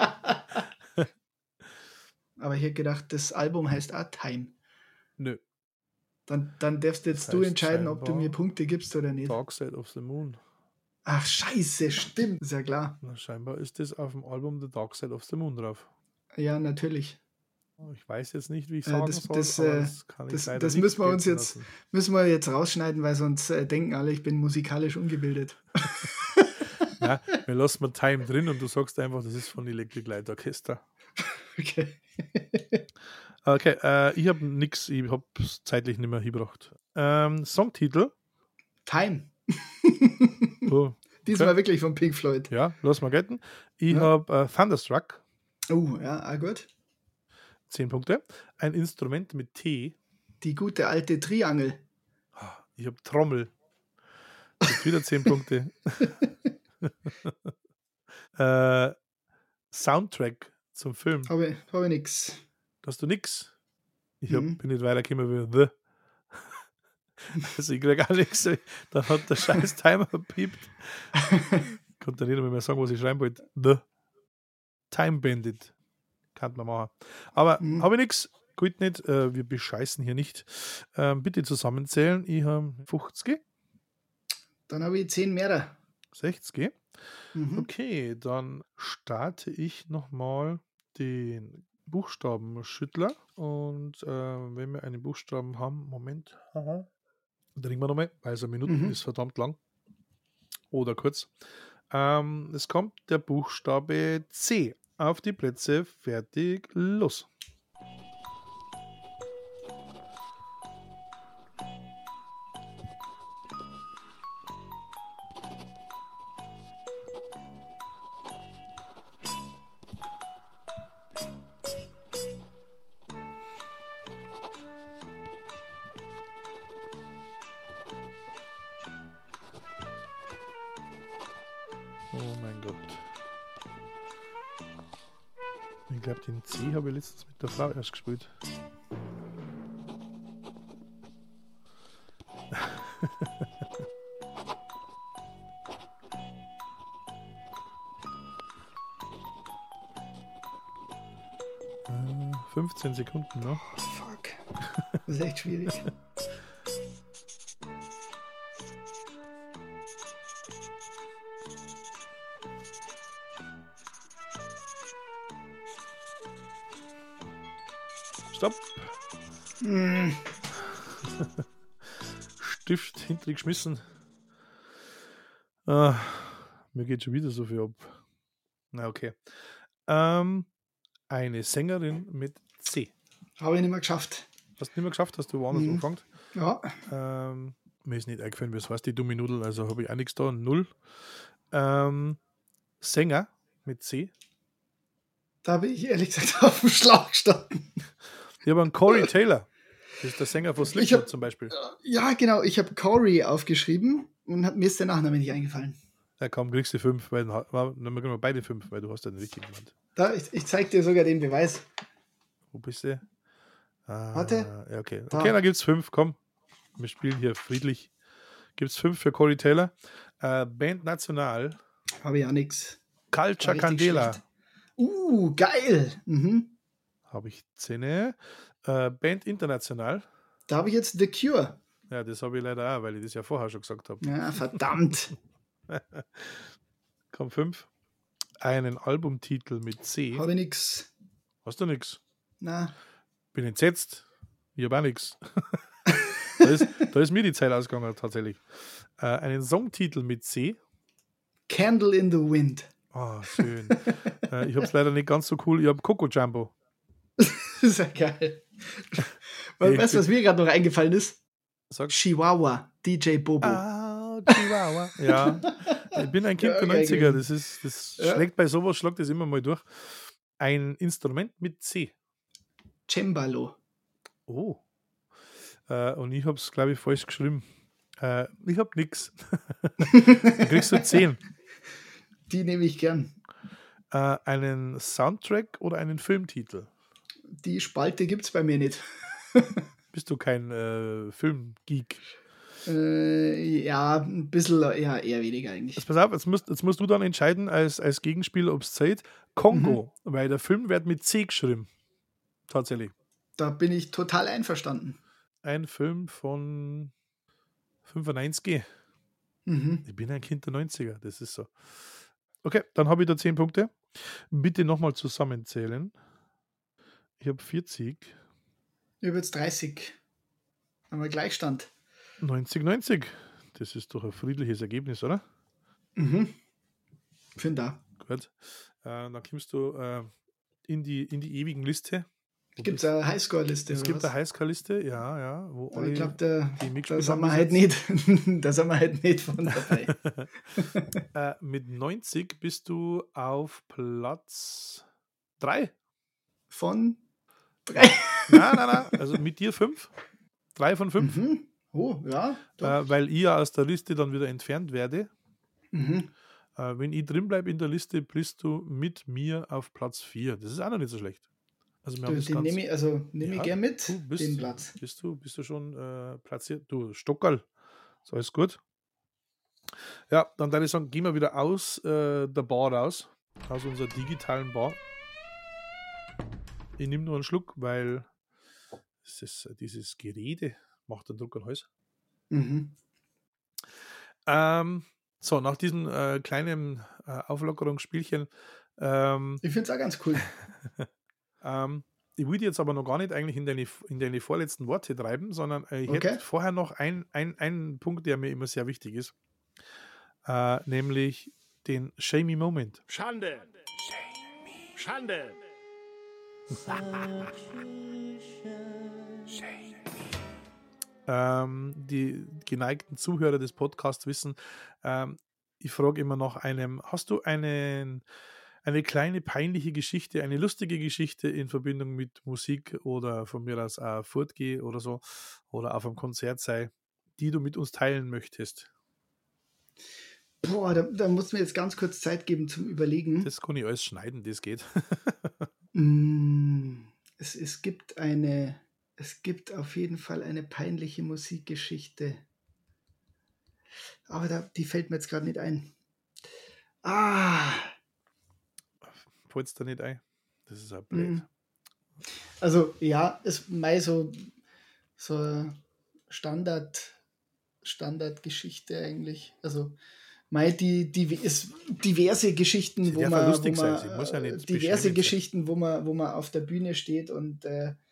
Aber ich hätte gedacht, das Album heißt auch Time. Nö. Dann darfst jetzt Das du heißt entscheiden, ob du mir scheinbar Punkte gibst oder nicht. Dark Side of the Moon. Ach, scheiße, stimmt. Ist ja klar. Na, scheinbar ist das auf dem Album The Dark Side of the Moon drauf. Ja, natürlich. Ich weiß jetzt nicht, wie ich sagen soll, aber das kann ich leider das nicht müssen wir uns gelten jetzt, lassen. müssen wir jetzt rausschneiden, weil sonst denken alle, ich bin musikalisch ungebildet. Ja, wir lassen mal Time drin und du sagst einfach, das ist von Electric Light Orchestra. Okay. Okay, ich habe nichts, ich habe es zeitlich nicht mehr hingebracht. Songtitel? Time. Oh, Diesmal wirklich von Pink Floyd. ja, lass mal gelten. Ich Ja. habe Thunderstruck, Ja, gut. 10 Punkte. Ein Instrument mit T. Die gute alte Triangel. Ich habe Trommel. Gibt wieder 10 Punkte. Soundtrack zum Film. Habe ich nix. Hast du nix? Ich Mhm. bin nicht weitergekommen wie The. Also ich kriege auch nichts. Dann hat der scheiß Timer piept. Ich konnte nicht mehr sagen, was ich schreiben wollte. The Time Bandit. Kann man machen. Aber habe ich nichts. Gut nicht. Wir bescheißen hier nicht. Bitte zusammenzählen. Ich habe 50. Dann habe ich 10 mehr. 60. Mhm. Okay, dann starte ich nochmal den Buchstabenschüttler. Und wenn wir einen Buchstaben haben, Moment, drehen wir nochmal, weil so Minuten ist verdammt lang. Oder kurz. Es kommt der Buchstabe C. Auf die Plätze, fertig, los. Oh mein Gott. Ich glaube, den C habe ich letztens mit der Frau erst gespielt. äh, 15 Sekunden noch. Fuck. Das ist echt schwierig. Stopp. Mm. Stift hinter geschmissen. Mir geht schon wieder so viel ab. Na okay. Eine Sängerin mit C. Habe ich nicht mehr geschafft. Hast du nicht mehr geschafft? Hast du woanders angefangen? Ja. Mir ist nicht eingefallen, was heißt die dumme Nudel, also habe ich auch nichts da. 0. Sänger mit C. Da bin ich ehrlich gesagt auf dem Schlauch gestanden. Ich habe einen Corey Taylor. Das ist der Sänger von Slipknot zum Beispiel. Ja, genau. Ich habe Corey aufgeschrieben und mir ist der Nachname nicht eingefallen. Ja, komm, kriegst du 5, weil dann kriegen wir beide 5, weil du hast ja den richtigen genannt. Da, ich zeige dir sogar den Beweis. Wo bist du? Warte. Ja, okay. Da. Okay, dann gibt es 5. Komm, wir spielen hier friedlich. Gibt es 5 für Corey Taylor. Band National. Habe ich auch nichts. Culture Candela. Geil. Mhm. Habe ich 10. Band International. Da habe ich jetzt The Cure. Ja, das habe ich leider auch, weil ich das ja vorher schon gesagt habe. Ja, verdammt. Komm, 5. Einen Albumtitel mit C. Habe ich nichts. Hast du nichts? Na. Bin entsetzt. Ich habe auch nichts. Da ist mir die Zeit ausgegangen, tatsächlich. Einen Songtitel mit C. Candle in the Wind. Oh, schön. Ich habe es leider nicht ganz so cool. Ich habe Coco Jumbo. Das ist ja geil. Weißt du, was mir gerade noch eingefallen ist? Sag. Chihuahua, DJ Bobo. Chihuahua. Ja, ich bin ein Kind der 90er. Das schlägt bei sowas, schlägt das immer mal durch. Ein Instrument mit C. Cembalo. Oh. Und ich habe es, glaube ich, falsch geschrieben. Ich habe nichts. Dann kriegst du 10. Die nehme ich gern. Einen Soundtrack oder einen Filmtitel? Die Spalte gibt es bei mir nicht. Bist du kein Filmgeek? Ja, ein bisschen, ja, eher weniger eigentlich. Pass auf, jetzt musst du dann entscheiden als Gegenspieler, ob es zählt. Kongo, weil der Film wird mit C geschrieben. Tatsächlich. Da bin ich total einverstanden. Ein Film von 95. Ich bin ein Kind der 90er, das ist so. Okay, dann habe ich da 10 Punkte. Bitte nochmal zusammenzählen. Ich habe 40. Ich habe jetzt 30. Haben wir Gleichstand. 90. Das ist doch ein friedliches Ergebnis, oder? Finde da. Gut. Dann kommst du in die ewigen Liste. Gibt es eine Highscore-Liste? Es gibt eine Highscore-Liste, ja. Wo Aber ich glaube, da sind wir halt nicht von dabei. Mit 90 bist du auf Platz 3. Von 3? Nein. Also mit dir 5. 3 von 5. Oh, ja. Weil ich ja aus der Liste dann wieder entfernt werde. Wenn ich drin bleibe in der Liste, bist du mit mir auf Platz 4. Das ist auch noch nicht so schlecht. Also wir haben das Den ganz. nehme ich gern mit, du den Platz. bist du schon platziert? Du Stockerl, ist alles gut? Ja, dann würde ich sagen, gehen wir wieder aus der Bar raus, aus unserer digitalen Bar. Ich nehme nur einen Schluck, weil dieses Gerede macht den Druck an den Hals. Mhm. So, nach diesem kleinen Auflockerungsspielchen, Ich finde es auch ganz cool. ich will dich jetzt aber noch gar nicht eigentlich in deine vorletzten Worte treiben, sondern ich Okay. hätte vorher noch einen Punkt, der mir immer sehr wichtig ist, nämlich den Shamey Moment. Schande! Schande! Die geneigten Zuhörer des Podcasts wissen, ich frage immer nach hast du eine kleine peinliche Geschichte, eine lustige Geschichte in Verbindung mit Musik oder von mir aus auch Fortgeh oder so oder auf einem Konzert sei, die du mit uns teilen möchtest? Boah, da muss mir jetzt ganz kurz Zeit geben zum Überlegen. Das kann ich alles schneiden, das geht. Es gibt auf jeden Fall eine peinliche Musikgeschichte. Aber die fällt mir jetzt gerade nicht ein. Fällt es da nicht ein? Das ist auch blöd. Also ja, ist mal so eine Standardgeschichte eigentlich. Also ist diverse Geschichten, Sie wo darf auch man, lustig sein, sie muss ja nicht diverse beschämend sein. Geschichten, wo man auf der Bühne steht und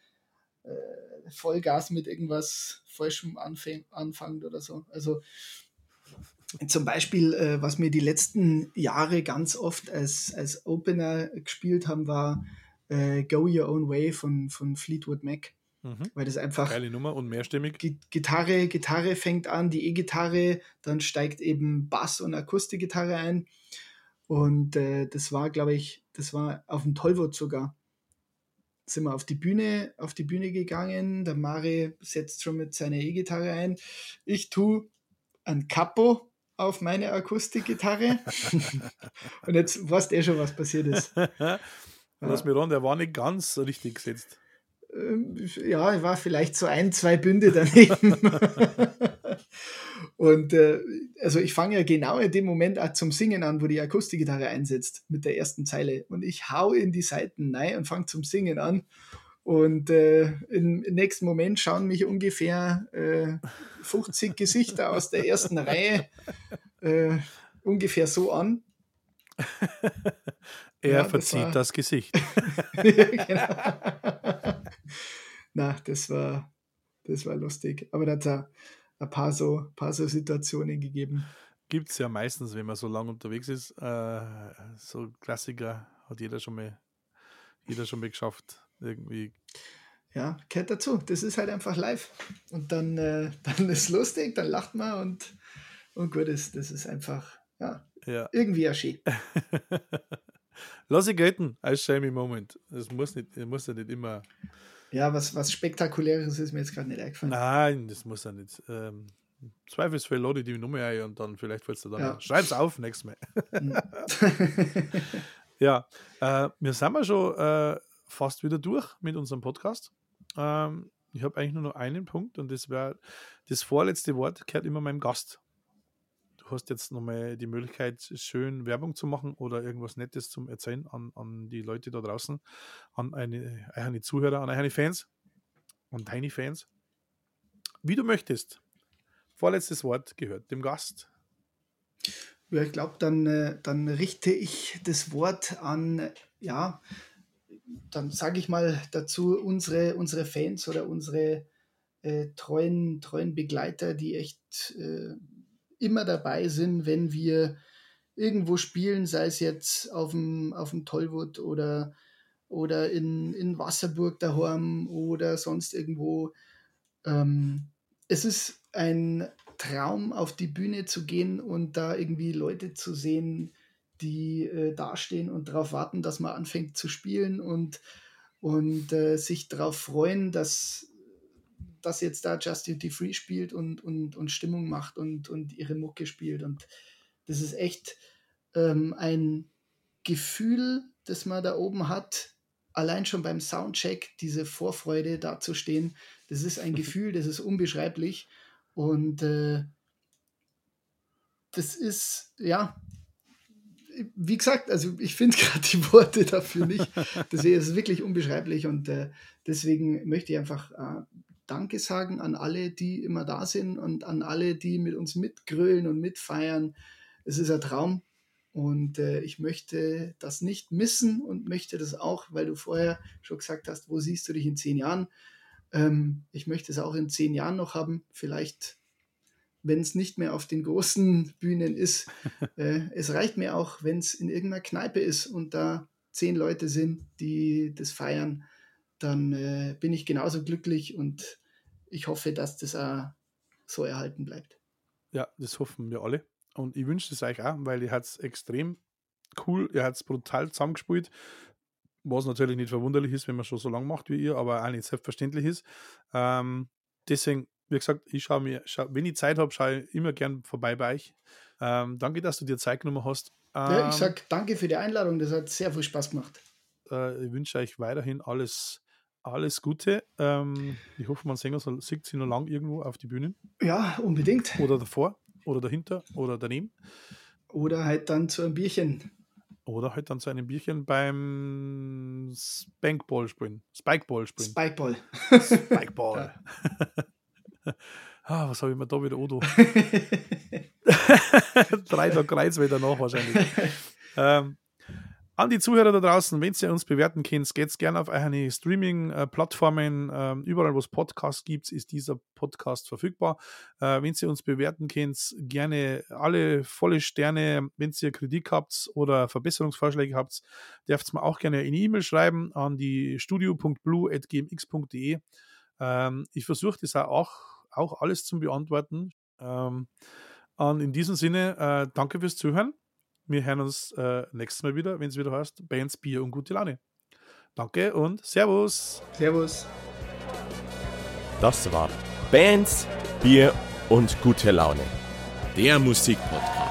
Vollgas mit irgendwas Falschem anfängt oder so. Also zum Beispiel, was wir die letzten Jahre ganz oft als Opener gespielt haben, war Go Your Own Way von Fleetwood Mac. Weil das einfach Geile Nummer und mehrstimmig. Gitarre fängt an, die E-Gitarre, dann steigt eben Bass und Akustikgitarre ein. Und das war, glaube ich, auf dem Tollwood sogar. Sind wir auf die Bühne gegangen. Der Mare setzt schon mit seiner E-Gitarre ein. Ich tue ein Capo auf meine Akustikgitarre. Und jetzt weißt du schon, was passiert ist. Lass mich ran, der war nicht ganz richtig gesetzt. Ja, ich war vielleicht so 1-2 Bünde daneben. Und also ich fange ja genau in dem Moment auch zum Singen an, wo die Akustikgitarre einsetzt, mit der ersten Zeile. Und ich hau in die Saiten rein und fange zum Singen an. Und im nächsten Moment schauen mich ungefähr 50 Gesichter aus der ersten Reihe ungefähr so an. Er verzieht das Gesicht. Genau. Na, das war lustig. Aber da hat es ein paar so Situationen gegeben. Gibt es ja meistens, wenn man so lange unterwegs ist. So Klassiker hat jeder schon mal geschafft. Irgendwie. Ja, gehört dazu. Das ist halt einfach live. Und dann ist es lustig, dann lacht man und gut ist. Das ist einfach, irgendwie ja schön. Lass ich gelten als Shamey Moment. Das muss ja nicht immer. Ja, was Spektakuläres ist mir jetzt gerade nicht eingefallen. Nein, das muss ja nicht. Zweifelsfall lade ich die Nummer ein und dann vielleicht fällst du dann. Ja. Schreib's auf nächstes Mal. Ja, wir sind ja schon fast wieder durch mit unserem Podcast. Ich habe eigentlich nur noch einen Punkt und das wäre das vorletzte Wort gehört immer meinem Gast. Du hast jetzt nochmal die Möglichkeit, schön Werbung zu machen oder irgendwas Nettes zum Erzählen an die Leute da draußen, an eine Zuhörer, an eine Fans, an deine Fans. Wie du möchtest. Vorletztes Wort gehört dem Gast. Ja, ich glaube, dann richte ich das Wort an, dann sage ich mal dazu, unsere Fans oder unsere treuen Begleiter, die echt immer dabei sind, wenn wir irgendwo spielen, sei es jetzt auf dem Tollwood oder in Wasserburg daheim oder sonst irgendwo. Es ist ein Traum, auf die Bühne zu gehen und da irgendwie Leute zu sehen, die dastehen und darauf warten, dass man anfängt zu spielen und sich darauf freuen, dass jetzt da Just Duty Free spielt und Stimmung macht und ihre Mucke spielt. Und das ist echt ein Gefühl, das man da oben hat, allein schon beim Soundcheck diese Vorfreude dazustehen, das ist ein Gefühl, das ist unbeschreiblich. Und das ist, ja, wie gesagt, also ich finde gerade die Worte dafür nicht. Deswegen ist es wirklich unbeschreiblich und deswegen möchte ich einfach Danke sagen an alle, die immer da sind und an alle, die mit uns mitgrölen und mitfeiern. Es ist ein Traum und ich möchte das nicht missen und möchte das auch, weil du vorher schon gesagt hast, wo siehst du dich in 10 Jahren? Ich möchte es auch in 10 Jahren noch haben, vielleicht wenn es nicht mehr auf den großen Bühnen ist. Es reicht mir auch, wenn es in irgendeiner Kneipe ist und da 10 Leute sind, die das feiern, dann bin ich genauso glücklich und ich hoffe, dass das auch so erhalten bleibt. Ja, das hoffen wir alle. Und ich wünsche es euch auch, weil ihr habt es extrem cool, ihr habt es brutal zusammengespielt, was natürlich nicht verwunderlich ist, wenn man schon so lange macht wie ihr, aber auch nicht selbstverständlich ist. Deswegen, wie gesagt, wenn ich Zeit habe, schaue ich immer gern vorbei bei euch. Danke, dass du dir Zeit genommen hast. Ja, ich sage danke für die Einladung, das hat sehr viel Spaß gemacht. Ich wünsche euch weiterhin alles Gute. Ich hoffe, man sieht sie noch lang irgendwo auf die Bühnen. Ja, unbedingt. Oder davor, oder dahinter, oder daneben. Oder halt dann zu einem Bierchen. Oder halt dann zu einem Bierchen beim Spikeball spielen. Spikeball. Ja. Was habe ich mir da wieder Odo? 3 Tage Kreuz wieder nach wahrscheinlich. An die Zuhörer da draußen, wenn ihr uns bewerten könnt, geht gerne auf eine Streaming-Plattformen. Überall, wo es Podcasts gibt, ist dieser Podcast verfügbar. Wenn ihr uns bewerten könnt, gerne alle volle Sterne. Wenn ihr Kritik habt oder Verbesserungsvorschläge habt, dürft ihr mir auch gerne eine E-Mail schreiben an die studio.blue@gmx.de. Ich versuche das auch alles zu beantworten. Und in diesem Sinne, danke fürs Zuhören. Wir hören uns nächstes Mal wieder, wenn es wieder heißt, Bands, Bier und gute Laune. Danke und Servus. Servus. Das war Bands, Bier und gute Laune. Der Musikpodcast.